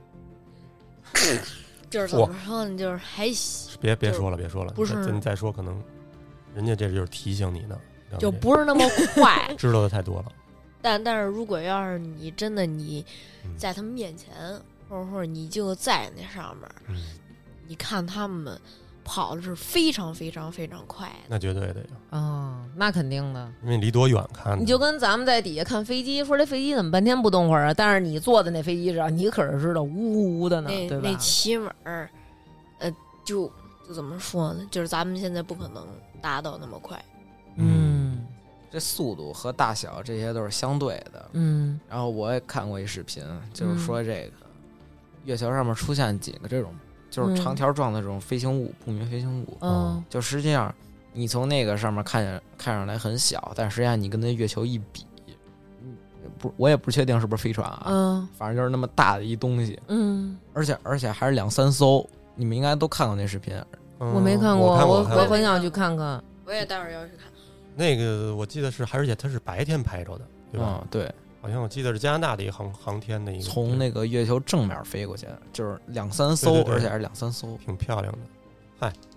就是怎么说呢，就是还别说了， 不是你再说可能人家这就是提醒你呢， 就不是那么快， 知道的太多了。 但是如果要是你真的你在他们面前，或者你就在那上面，你看他们跑的是非常非常非常快的， 那绝对的那肯定的， 因为离多远看， 你就跟咱们在底下看飞机，说这飞机怎么半天不动会儿啊？但是你坐在那飞机上，你可是知道呜呜的呢，对吧？ 那起码就怎么说呢？就是咱们现在不可能达到那么快。 这速度和大小这些都是相对的。然后我也看过一视频，就是说这个月球上面出现几个这种就是长条状的这种飞行物，不明飞行物。就实际上你从那个上面看上来很小，但实际上你跟那月球一比，我也不确定是不是飞船啊，反正就是那么大的一东西。而且还是2、3艘，你们应该都看过那视频。 我没看过，我很想去看看。 我也待会儿要去看。 那个我记得是，而且它是白天拍着的，对吧？ 对， 好像我记得是加拿大的一个航天的一个， 从那个月球正面飞过去，就是2、3艘，而且还是2、3艘， 挺漂亮的。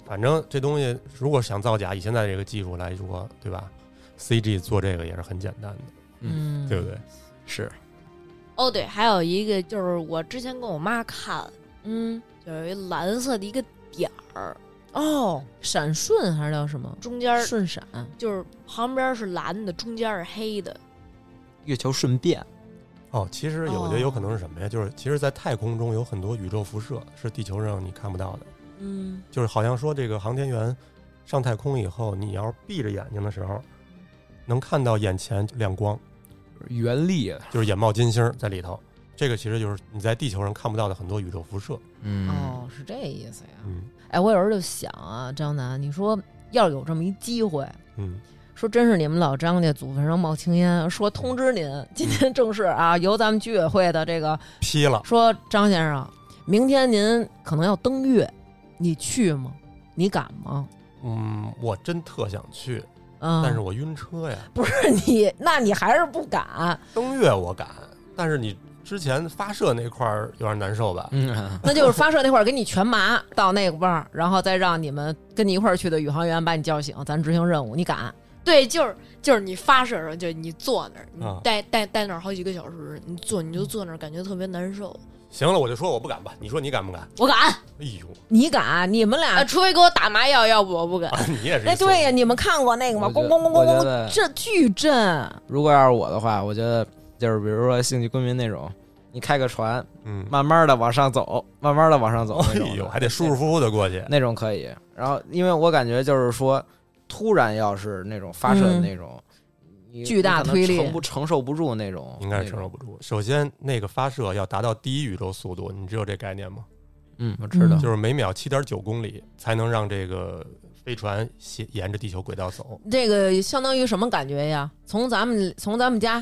反正这东西如果想造假，以现在这个技术来说，对吧 ？CG 做这个也是很简单的，对不对？ 是。 哦，对，还有一个就是我之前跟我妈看，就有一蓝色的一个点儿， 闪瞬还是叫什么？ 中间瞬闪， 就是旁边是蓝的，中间是黑的。 月球瞬变。 其实我觉得有可能是什么呀？就是其实，在太空中有很多宇宙辐射是地球上你看不到的。就是好像说这个航天员上太空以后，你要是闭着眼睛的时候，能看到眼前亮光， 原力就是眼冒金星在里头。这个其实就是你在地球上看不到的很多宇宙辐射。 是这意思呀。我有时候就想啊，张楠，你说要是有这么一机会，说真是你们老张家祖坟上冒青烟，说通知您，今天正式由咱们居委会的这个批了， 说张先生，明天您可能要登月，你去吗？你敢吗？ 我真特想去，但是我晕车呀。 不是你，那你还是不敢。 登月我敢，但是你之前发射那块儿有点难受吧？ 那就是发射那块儿给你全麻到那个棒，然后再让你们跟你一块儿去的宇航员把你叫醒，咱执行任务，你敢？ 对，就是你发射的时候，就你坐那儿，你待那儿好几个小时，你就坐那儿，感觉特别难受。 行了，我就说我不敢吧，你说你敢不敢？ 我敢。 哎呦， 你敢？你们俩除非给我打麻药，要不我不敢。 你也是。 对呀，你们看过那个吗？咣咣咣咣咣，这巨震。 如果要是我的话，我觉得就是比如说星际公民那种，你开个船，慢慢的往上走，慢慢的往上走， 哎呦，还得舒舒服服的过去， 那种可以。然后，因为我感觉就是说，突然要是那种发射的那种。 巨大推力承受不住那种， 应该是承受不住。首先，那个发射要达到第一宇宙速度，你知道这概念吗？ 我知道， 就是每秒7.9公里才能让这个飞船沿着地球轨道走。 这个相当于什么感觉呀？从咱们家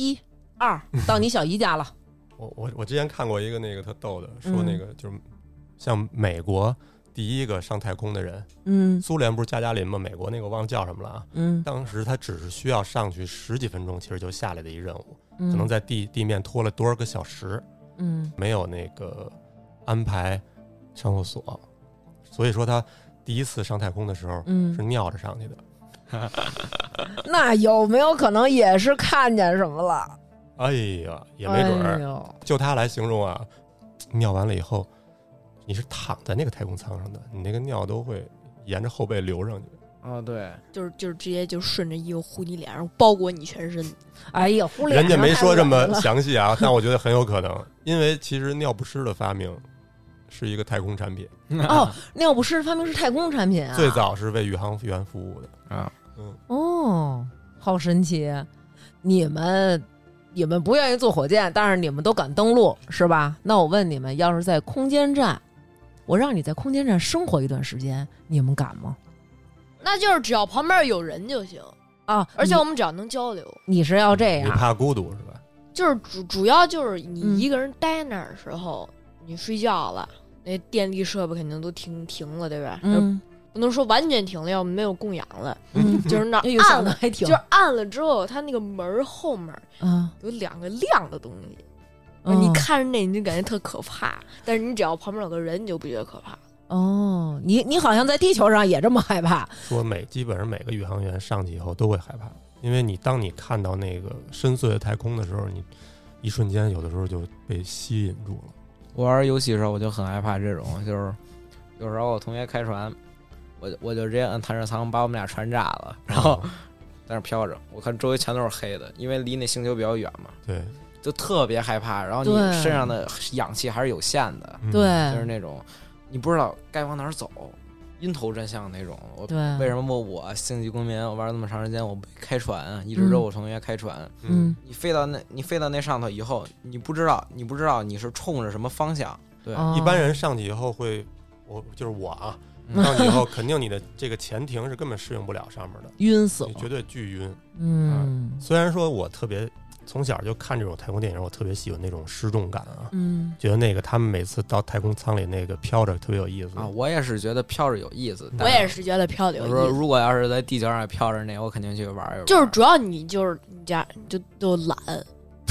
1、2到你小姨家了。 我之前看过一个那个特逗的，说那个就是像美国。第一个上太空的人，苏联不是加加林吗？美国那个我忘了叫什么了啊。当时他只是需要上去10几分钟，其实就下来的一任务，可能在地面拖了多少个小时，没有那个安排上厕所，所以说他第一次上太空的时候是尿着上去的。 那有没有可能也是看见什么了？ 哎呀，也没准儿。就他来形容啊，尿完了以后。你是躺在那个太空舱上的，你那个尿都会沿着后背流上去。 对， 就是直接就顺着衣服糊你脸上，包裹你全身。 哎呀，糊脸上人家没说这么详细啊，但我觉得很有可能，因为其实尿不湿的发明是一个太空产品。 尿不湿发明是太空产品啊， 最早是为宇航员服务的好神奇！你们不愿意坐火箭，但是你们都敢登陆，是吧？那我问你们，要是在空间站。我让你在空间站生活一段时间，你们敢吗？ 那就是只要旁边有人就行而且我们只要能交流。 你是要这样？ 你怕孤独是吧？ 就是主要就是你一个人待那儿的时候，你睡觉了，那电力设备肯定都停了，对吧？不能说完全停了，要没有供氧了。就是那暗了， 还停， 就是暗了之后，它那个门后面有2个亮的东西。你看着那你就感觉特可怕，但是你只要旁边有个人你就不觉得可怕。 你好像在地球上也这么害怕。 说基本上每个宇航员上去以后都会害怕，因为当你看到那个深邃的太空的时候，你一瞬间有的时候就被吸引住了。 我玩游戏的时候我就很害怕这种，就是有时候我同学开船，我就直接按弹射舱把我们俩船炸了，然后在那飘着，我看周围全都是黑的，因为离那星球比较远嘛。 对。 就特别害怕，然后你身上的氧气还是有限的， 对， 就是那种你不知道该往哪儿走，晕头转向那种。为什么我星际公民我玩那么长时间，我不开船啊？一直都我同学开船。你飞到那上头以后，你不知道你是冲着什么方向。对， 一般人上去以后就是我上去以后，肯定你的这个前庭是根本适应不了上面的， 晕死了， 绝对巨晕。虽然说我从小就看这种太空电影，我特别喜欢那种失重感啊，觉得那个他们每次到太空舱里那个飘着特别有意思啊。我也是觉得飘着有意思， 我也是觉得飘着有意思。 我说如果要是在地球上飘着那，我肯定去玩一玩。 就是主要你就是你家就都懒，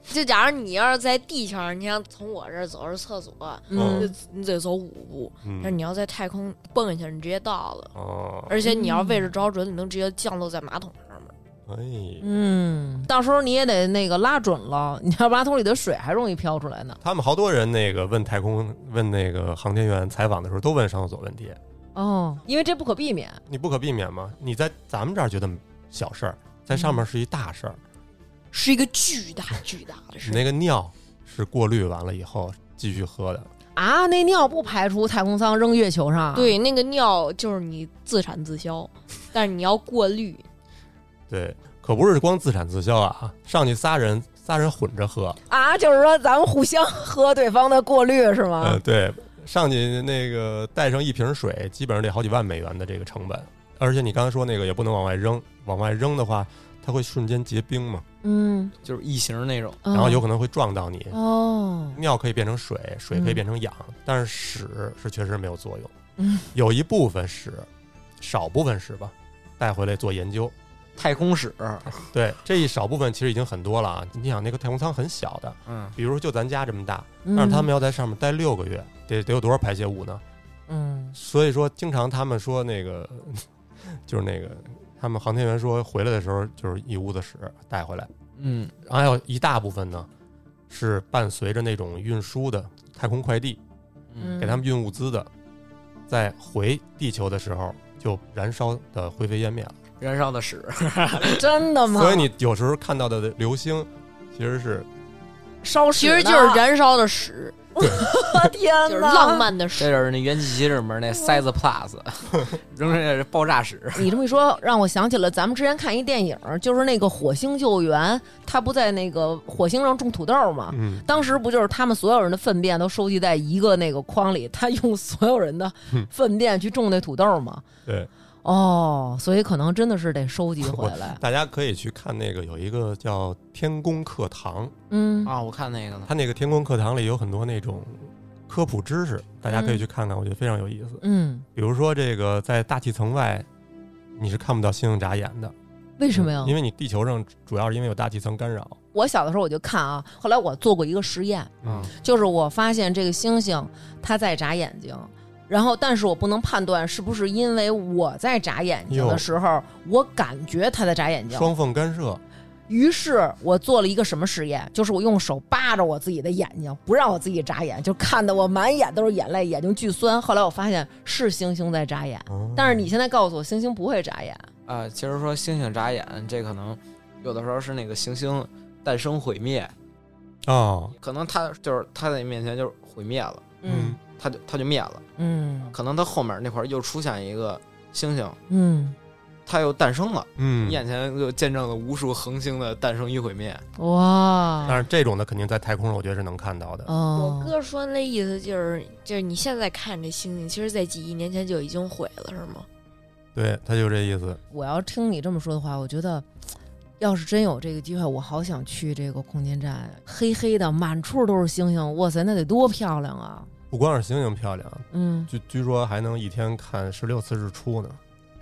就假如你要是在地球上，你想从我这儿走着厕所，你得走5步，但你要在太空蹦一下，你直接到了。哦，而且你要位置找准，你能直接降落在马桶上面。 到时候你也得那个拉准了，你要马桶里的水还容易飘出来呢。 他们好多人那个问那个航天员采访的时候，都问上厕所问题。 哦，因为这不可避免。 你不可避免吗？你在咱们这儿觉得小事儿，在上面是一大事儿， 是一个巨大巨大的事。 那个尿是过滤完了以后继续喝的啊？那尿不排出太空舱扔月球上？ 对，那个尿就是你自产自销，但是你要过滤。 对，可不是光自产自销啊！上去仨人混着喝啊，就是说咱们互相喝对方的过滤是吗？ 对，上去那个带上一瓶水，基本上得好几万美元的这个成本。而且你刚才说那个也不能往外扔，往外扔的话，它会瞬间结冰嘛。 就是异形那种， 然后有可能会撞到你。尿可以变成水，水可以变成氧，但是屎是确实没有作用。有一部分屎，少部分屎吧，带回来做研究。 太空屎， 对，这一少部分其实已经很多了啊！你想那个太空舱很小的，比如说就咱家这么大，但是他们要在上面待6个月，得有多少排泄物呢？所以说经常他们说那个，就是那个他们航天员说回来的时候就是一屋子屎带回来，然后还有一大部分呢是伴随着那种运输的太空快递，给他们运物资的，在回地球的时候就燃烧的灰飞烟灭了。 燃烧的屎， 真的吗？ 所以你有时候看到的流星，其实是烧屎， 其实就是燃烧的屎。 天哪， 就是浪漫的屎。 这就是那元气骑士里面那size plus 扔那爆炸屎。 你这么一说，让我想起了咱们之前看一电影，就是那个火星救援，他不在那个火星上种土豆吗？当时不就是他们所有人的粪便都收集在一个那个筐里，他用所有人的粪便去种那土豆吗？ 对。 所以可能真的是得收集回来。 大家可以去看那个有一个叫天宫课堂， 我看那个了。 他那个天宫课堂里有很多那种科普知识，大家可以去看看，我觉得非常有意思。比如说这个在大气层外你是看不到星星眨眼的。 为什么呀？ 因为你地球上主要是因为有大气层干扰。 我小的时候我就看啊，后来我做过一个实验，就是我发现这个星星它在眨眼睛，然后但是我不能判断是不是因为我在眨眼睛的时候我感觉他在眨眼睛， 双缝干涉。 于是我做了一个什么实验，就是我用手扒着我自己的眼睛，不让我自己眨眼，就看得我满眼都是眼泪，眼睛巨酸。后来我发现是星星在眨眼，但是你现在告诉我星星不会眨眼其实说星星眨眼，这可能有的时候是那个行星诞生毁灭可能它在你面前就是毁灭了，它就灭了，可能它后面那块又出现一个星星，它又诞生了，你眼前就见证了无数恒星的诞生与毁灭。 哇！ 但是这种的肯定在太空上，我觉得是能看到的。 我哥说那意思就是你现在看这星星，其实在几亿年前就已经毁了，是吗？ 对，他就这意思。 我要听你这么说的话，我觉得要是真有这个机会，我好想去这个空间站，黑黑的，满处都是星星，哇塞，那得多漂亮啊！ 不光是星星漂亮，据说还能一天看16次日出呢。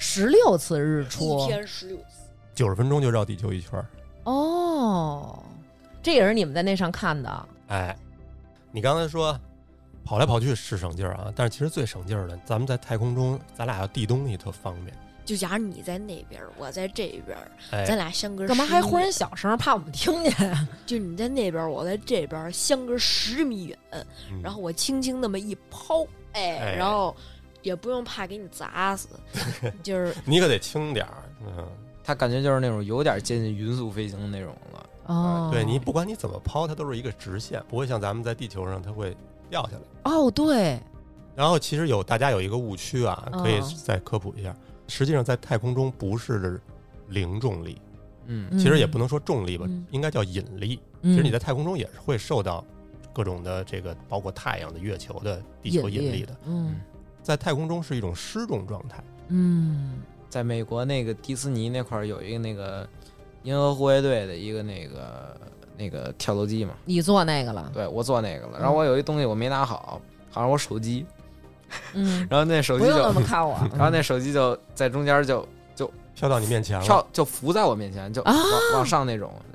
16次日出， 一天16次 ，90分钟就绕地球一圈。 这也是你们在那上看的。 你刚才说跑来跑去是省劲儿啊，但是其实最省劲儿的，咱们在太空中，咱俩要递东西特方便。 就假如你在那边，我在这边，咱俩相隔干嘛还忽然小声，怕我们听见？ 就你在那边，我在这边，相隔10米远，然后我轻轻那么一抛，然后也不用怕给你砸死，就是你可得轻点儿。 他感觉就是那种有点接近匀速飞行的那种了。 对，你不管你怎么抛，它都是一个直线，不会像咱们在地球上它会掉下来。对。 然后其实大家有一个误区啊，可以再科普一下。实际上在太空中不是零重力，其实也不能说重力吧，应该叫引力。其实你在太空中也是会受到各种的这个包括太阳的、月球的、地球引力的。在太空中是一种失重状态。 在美国那个迪士尼那块有一个那个银河护卫队的一个那个跳楼机嘛。你坐那个了？ 对，我坐那个了。然后我有一东西我没拿好，好像我手机。然后那手机就不用那么看我， 然后那手机就在中间就飘到你面前了， 就浮在我面前，就往上那种。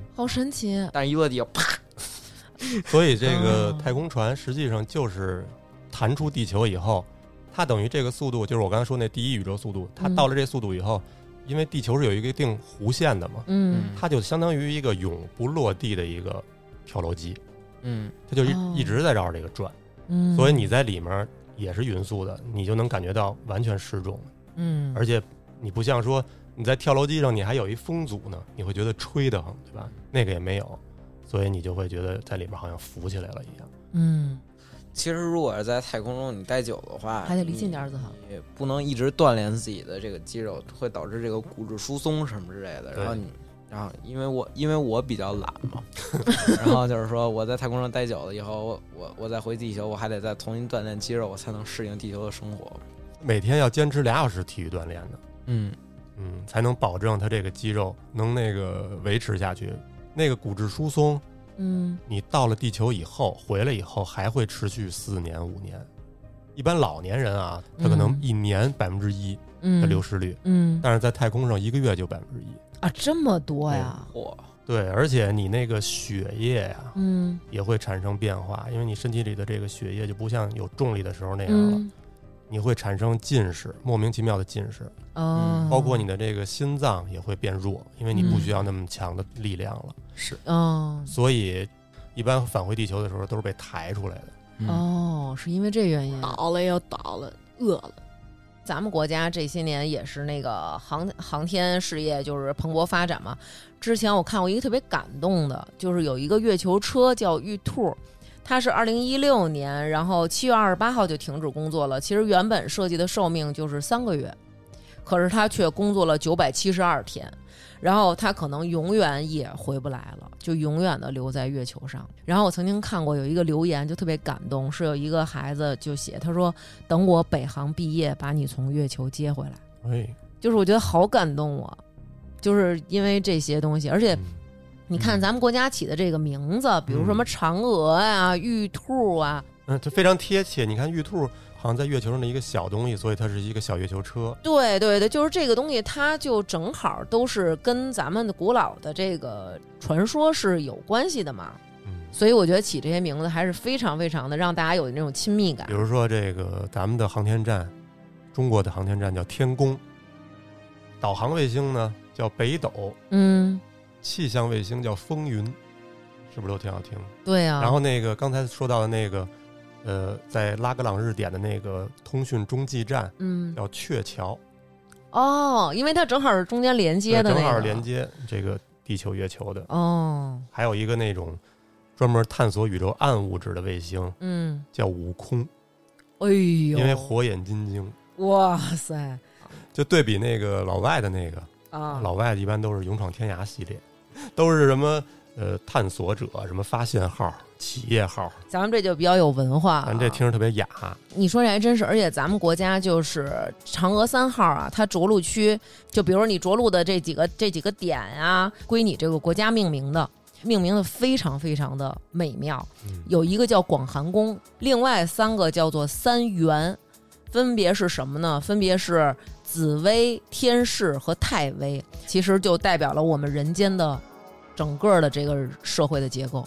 好神奇。 但是一落地啪。 所以这个太空船实际上就是弹出地球以后，它等于这个速度，就是我刚才说那第一宇宙速度，它到了这速度以后，因为地球是有一个定弧线的嘛，它就相当于一个永不落地的一个跳楼机，它就一直在绕着这个转，所以你在里面也是匀速的，你就能感觉到完全失重，而且你不像说你在跳楼机上你还有一风阻呢，你会觉得吹得慌，对吧？那个也没有，所以你就会觉得在里面好像浮起来了一样。 其实如果是在太空中你待久的话， 还得离近点子好， 也不能一直锻炼自己的这个肌肉，会导致这个骨质疏松什么之类的。然后因为我比较懒嘛，然后就是说我在太空上待久了以后，我再回地球，我还得再重新锻炼肌肉，我才能适应地球的生活。 每天要坚持2小时体育锻炼的，才能保证它这个肌肉能那个维持下去。那个骨质疏松，你到了地球以后回来以后还会持续4年5年。一般老年人啊，他可能1年1%的流失率，但是在太空上1个月就1% 啊，这么多呀！ 对，而且你那个血液呀，也会产生变化，因为你身体里的这个血液就不像有重力的时候那样了，你会产生近视，莫名其妙的近视，包括你的这个心脏也会变弱，因为你不需要那么强的力量了， 是所以一般返回地球的时候都是被抬出来的。 是因为这原因， 倒了要倒了，饿了。 咱们国家这些年也是那个航天事业就是蓬勃发展嘛。之前我看过一个特别感动的，就是有一个月球车叫玉兔，它是2016年，然后7月28号就停止工作了。其实原本设计的寿命就是3个月，可是它却工作了972天。然后他可能永远也回不来了，就永远的留在月球上。然后我曾经看过有一个留言就特别感动，是有一个孩子就写，他说等我北航毕业把你从月球接回来。就是我觉得好感动我，就是因为这些东西。而且你看咱们国家起的这个名字，比如什么嫦娥呀、玉兔啊， 这非常贴切。你看玉兔好像在月球上的一个小东西，所以它是一个小月球车。 对对对，就是这个东西，它就正好都是跟咱们的古老的这个传说是有关系的嘛。所以我觉得起这些名字还是非常非常的让大家有那种亲密感。 比如说这个咱们的航天站，中国的航天站叫天宫，导航卫星呢叫北斗，气象卫星叫风云，是不是都挺好听的？ 对啊。 然后那个刚才说到的那个在拉格朗日点的那个通讯中继站，叫鹊桥。因为它正好是中间连接的那个，正好是连接这个地球月球的。还有一个那种专门探索宇宙暗物质的卫星，叫悟空。因为火眼金睛。哇塞！就对比那个老外的那个老外一般都是勇闯天涯系列，都是什么探索者，什么发现号、企业号， 咱们这就比较有文化， 咱这听着特别雅。 你说这还真是，而且咱们国家就是嫦娥3号啊，它着陆区，就比如说你着陆的这几个点啊，归你这个国家命名的非常非常的美妙。有一个叫广寒宫，另外3个叫做3元，分别是什么呢？分别是紫微、天市和太微，其实就代表了我们人间的整个的这个社会的结构。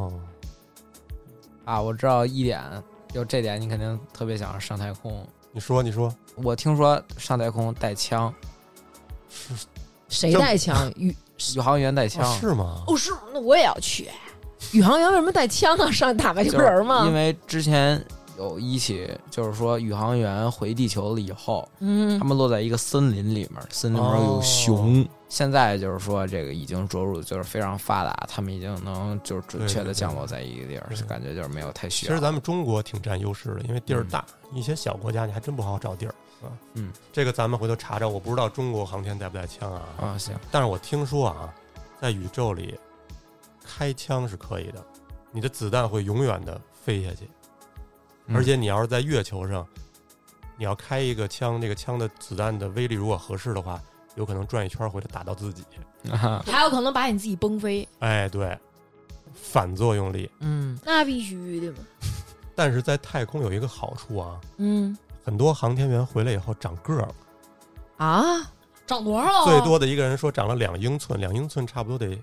我知道一点，就这点你肯定特别想上太空。 你说， 我听说上太空带枪， 谁带枪？ 宇航员带枪， 是吗？ 是吗？那我也要去。 宇航员为什么带枪啊？上去打外星人吗？ 因为之前有一起，就是说宇航员回地球了以后，他们落在一个森林里面，森林里面有熊。现在就是说这个已经着陆就是非常发达，他们已经能就是准确的降落在一个地儿，感觉就是没有太需要。 其实咱们中国挺占优势的，因为地儿大，一些小国家你还真不好找地儿。这个咱们回头查查，我不知道中国航天带不带枪啊？ 行。 但是我听说啊，在宇宙里开枪是可以的，你的子弹会永远的飞下去，而且你要是在月球上，你要开一个枪，这个枪的子弹的威力如果合适的话，有可能转一圈回来打到自己， 还有可能把你自己崩飞。 对，反作用力。 那必须的嘛。 但是在太空有一个好处啊，很多航天员回来以后长个儿了长多少？ 最多的一个人说长了2英寸，2英寸差不多得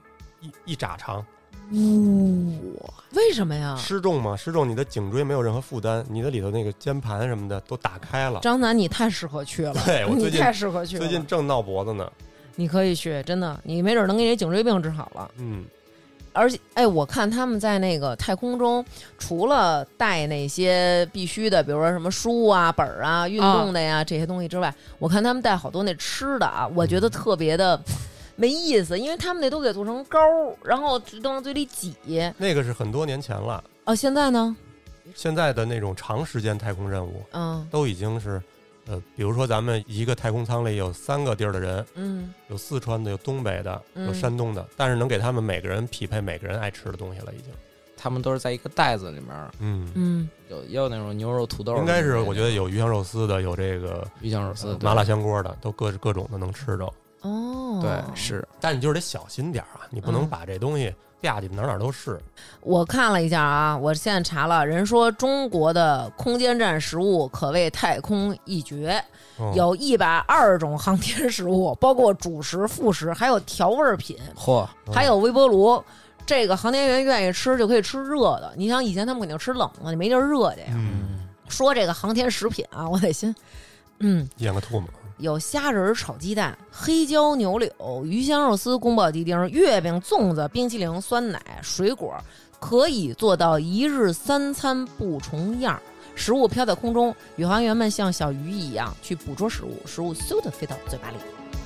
一拃长。 为什么呀？ 失重嘛，失重你的颈椎没有任何负担，你的里头那个肩盘什么的都打开了。 张楠，你太适合去了。 对，我你太适合去了。 最近正闹脖子呢。 你可以去，真的，你没准能给你颈椎病治好了。而且，我看他们在那个太空中，除了带那些必须的，比如说什么书啊、本啊、运动的呀这些东西之外，我看他们带好多那吃的啊，我觉得特别的没意思，因为他们那都给做成膏，然后都往嘴里挤。 那个是很多年前了。 现在呢？ 现在的那种长时间太空任务，都已经是。比如说咱们一个太空舱里有3个地儿的人，有四川的，有东北的，有山东的，但是能给他们每个人匹配每个人爱吃的东西了，已经。 他们都是在一个袋子里面，也有那种牛肉土豆， 应该是我觉得有鱼香肉丝的，有这个鱼香肉丝、 麻辣香锅的，都各种的能吃着。 对，是， 但你就是得小心点啊，你不能把这东西吧唧哪都是。 我看了一下啊，我现在查了，人说中国的空间站食物可谓太空一绝，有120种航天食物，包括主食、副食，还有调味品，还有微波炉。这个航天员愿意吃就可以吃热的，你想以前他们肯定吃冷的，你没地儿热去呀。说这个航天食品啊，我得先咽个唾沫。 有虾仁炒鸡蛋、黑椒牛柳、鱼香肉丝、宫保鸡丁、月饼、粽子、冰淇淋、酸奶、水果，可以做到1日3餐不重样。食物飘在空中，宇航员们像小鱼一样去捕捉食物，食物嗖的飞到嘴巴里。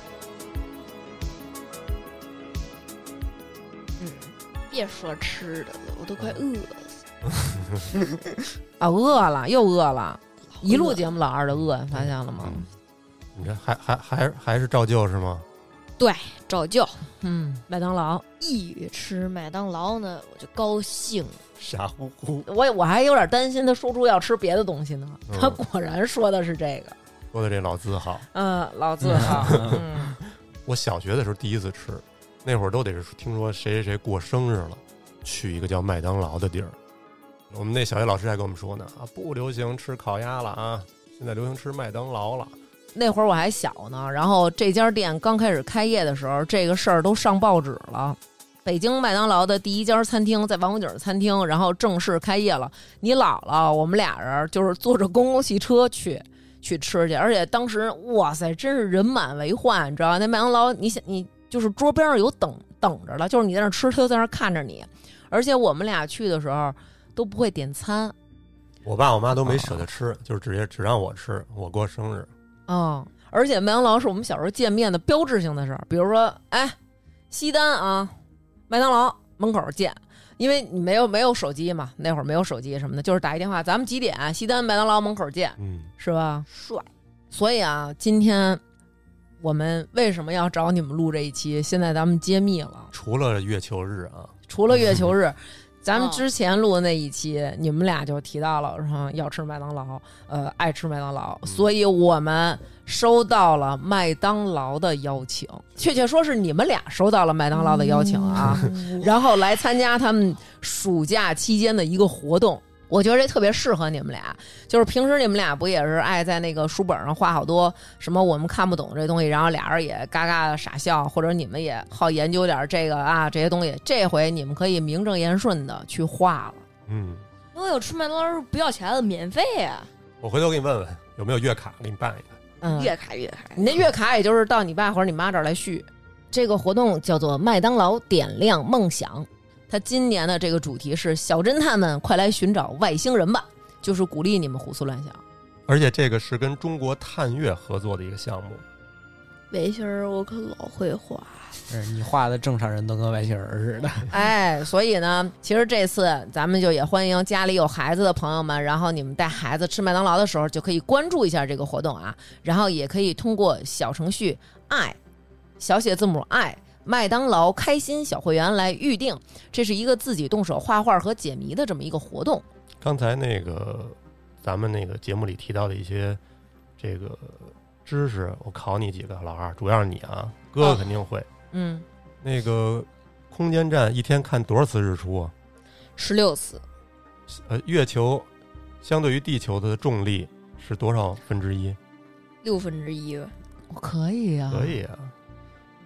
别说吃的了，我都快饿死。 饿了，又饿了。一路节目老二的饿，发现了吗？ 你这还是照旧是吗？ 对，照旧。 麦当劳一吃麦当劳呢，我就高兴， 傻乎乎。 我还有点担心他说出要吃别的东西呢，他果然说的是这个， 说的这老字号。 老字号。 我小学的时候第一次吃，那会儿都得是听说谁谁谁过生日了，去一个叫麦当劳的地儿。我们那小学老师还跟我们说呢，不流行吃烤鸭了啊，现在流行吃麦当劳了。 那会儿我还小呢，然后这家店刚开始开业的时候，这个事儿都上报纸了。北京麦当劳的第一家餐厅在王府井餐厅，然后正式开业了。你姥姥我们俩人就是坐着公共汽车去吃去，而且当时哇塞，真是人满为患，你知道吗？那麦当劳你就是桌边上有等着了，就是你在那吃，他就在那看着你。而且我们俩去的时候都不会点餐， 我爸我妈都没舍得吃，就是直接只让我吃，我过生日。 而且麦当劳是我们小时候见面的标志性的事儿，比如说，西单啊，麦当劳门口见，因为你没有手机嘛，那会儿没有手机什么的，就是打一电话，咱们几点？西单麦当劳门口见，是吧？ 帅。 所以啊，今天我们为什么要找你们录这一期？现在咱们揭秘了。 除了月球日啊， 咱们之前录的那一期，你们俩就提到了说要吃麦当劳，爱吃麦当劳，所以我们收到了麦当劳的邀请，确切说是你们俩收到了麦当劳的邀请啊，然后来参加他们暑假期间的一个活动。我觉得这特别适合你们俩，就是平时你们俩不也是爱在那个书本上画好多什么我们看不懂这东西，然后俩人也嘎嘎的傻笑，或者你们也好研究点这个这些东西，这回你们可以名正言顺的去画了。 如果有吃麦当劳不要钱的，免费啊！ 我回头给你问问有没有月卡，给你办一个。月卡， 你那月卡也就是到你爸或者你妈这儿来续。这个活动叫做麦当劳点亮梦想。他今年的这个主题是小侦探们快来寻找外星人吧，就是鼓励你们胡思乱想。 而且这个是跟中国探月合作的一个项目。 外星人我可老会画， 你画的正常人都跟外星人似的。 所以呢，其实这次咱们就也欢迎家里有孩子的朋友们，然后你们带孩子吃麦当劳的时候就可以关注一下这个活动啊，然后也可以通过小程序爱小写字母爱麦当劳开心小会员来预定，这是一个自己动手画画和解谜的这么一个活动。 刚才那个咱们那个节目里提到的一些这个知识，我考你几个，老二，主要是你啊，哥哥肯定会。那个空间站一天看多少次日出啊 ？16次。 月球相对于地球的重力是多少分之一？6 分之一吧。 可以啊， 可以啊。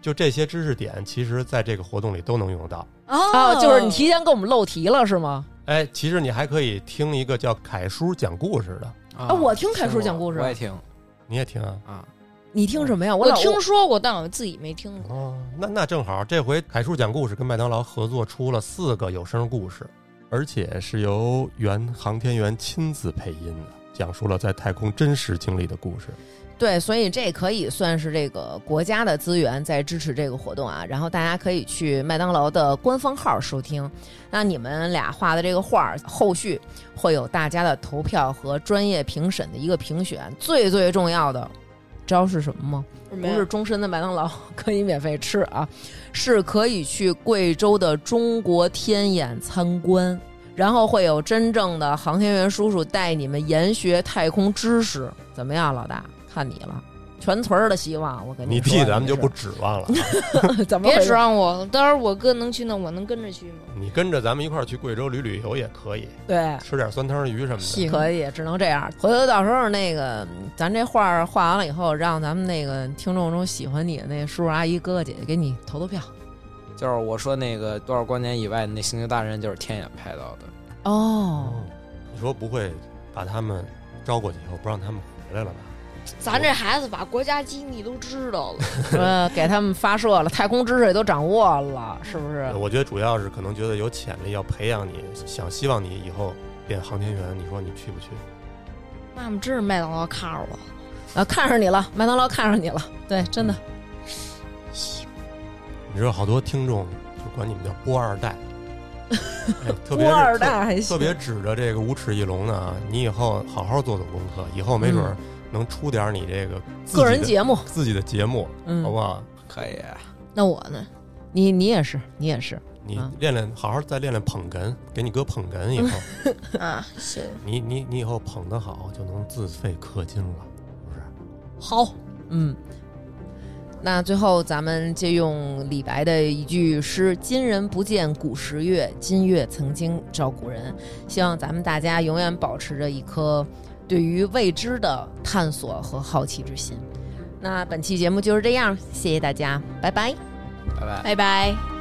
就这些知识点，其实在这个活动里都能用得到。 哦，就是你提前给我们漏题了是吗？ 哎，其实你还可以听一个叫凯叔讲故事的啊，我听凯叔讲故事， 我也听， 你也听啊？ 啊， 你听什么呀？ 我听说过，但我自己没听过。 哦，那正好，这回凯叔讲故事跟麦当劳合作出了4个有声故事，而且是由原航天员亲自配音的，讲述了在太空真实经历的故事。 对，所以这可以算是这个国家的资源在支持这个活动啊。然后大家可以去麦当劳的官方号收听。那你们俩画的这个画，后续会有大家的投票和专业评审的一个评选。最最重要的，知道是什么吗？不是终身的麦当劳可以免费吃啊，是可以去贵州的中国天眼参观。然后会有真正的航天员叔叔带你们研学太空知识。怎么样，老大？看你了，全村的希望，我跟你说。 弟咱们就不指望了。 怎么别指望我，到时候我哥能去，那我能跟着去吗？ 你跟着咱们一块儿去贵州旅游也可以， 对， 吃点酸汤鱼什么的， 可以，只能这样。回头到时候那个，咱这画画完了以后，让咱们那个听众中喜欢你的那叔叔阿姨哥哥姐姐给你投票。 就是我说那个多少光年以外的那星球大人，就是天眼拍到的。 哦， 你说不会把他们招过去以后不让他们回来了吧？ 咱这孩子把国家机密都知道了， 给他们发射了，太空知识也都掌握了，是不是？ 我觉得主要是可能觉得有潜力，要培养你，希望你以后变航天员。你说你去不去？ 妈妈真是麦当劳看上我， 看上你了，麦当劳看上你了，对，真的。 你知道好多听众就管你们叫波二代。特别波二代还行， 特别指着这个无齿翼龙呢，你以后好好做功课，以后没准能出点你这个个人节目， 自己的节目，好不好？ 可以。 那我呢？ 你也是，你练练，好好再练练捧哏，给你哥捧哏以后啊，行， 你以后捧得好，就能自费氪金了，是不是？ 好， 那最后咱们借用李白的一句诗：今人不见古时月，今月曾经照古人。希望咱们大家永远保持着一颗对于未知的探索和好奇之心。那本期节目就是这样，谢谢大家，拜拜， 拜拜， 拜拜。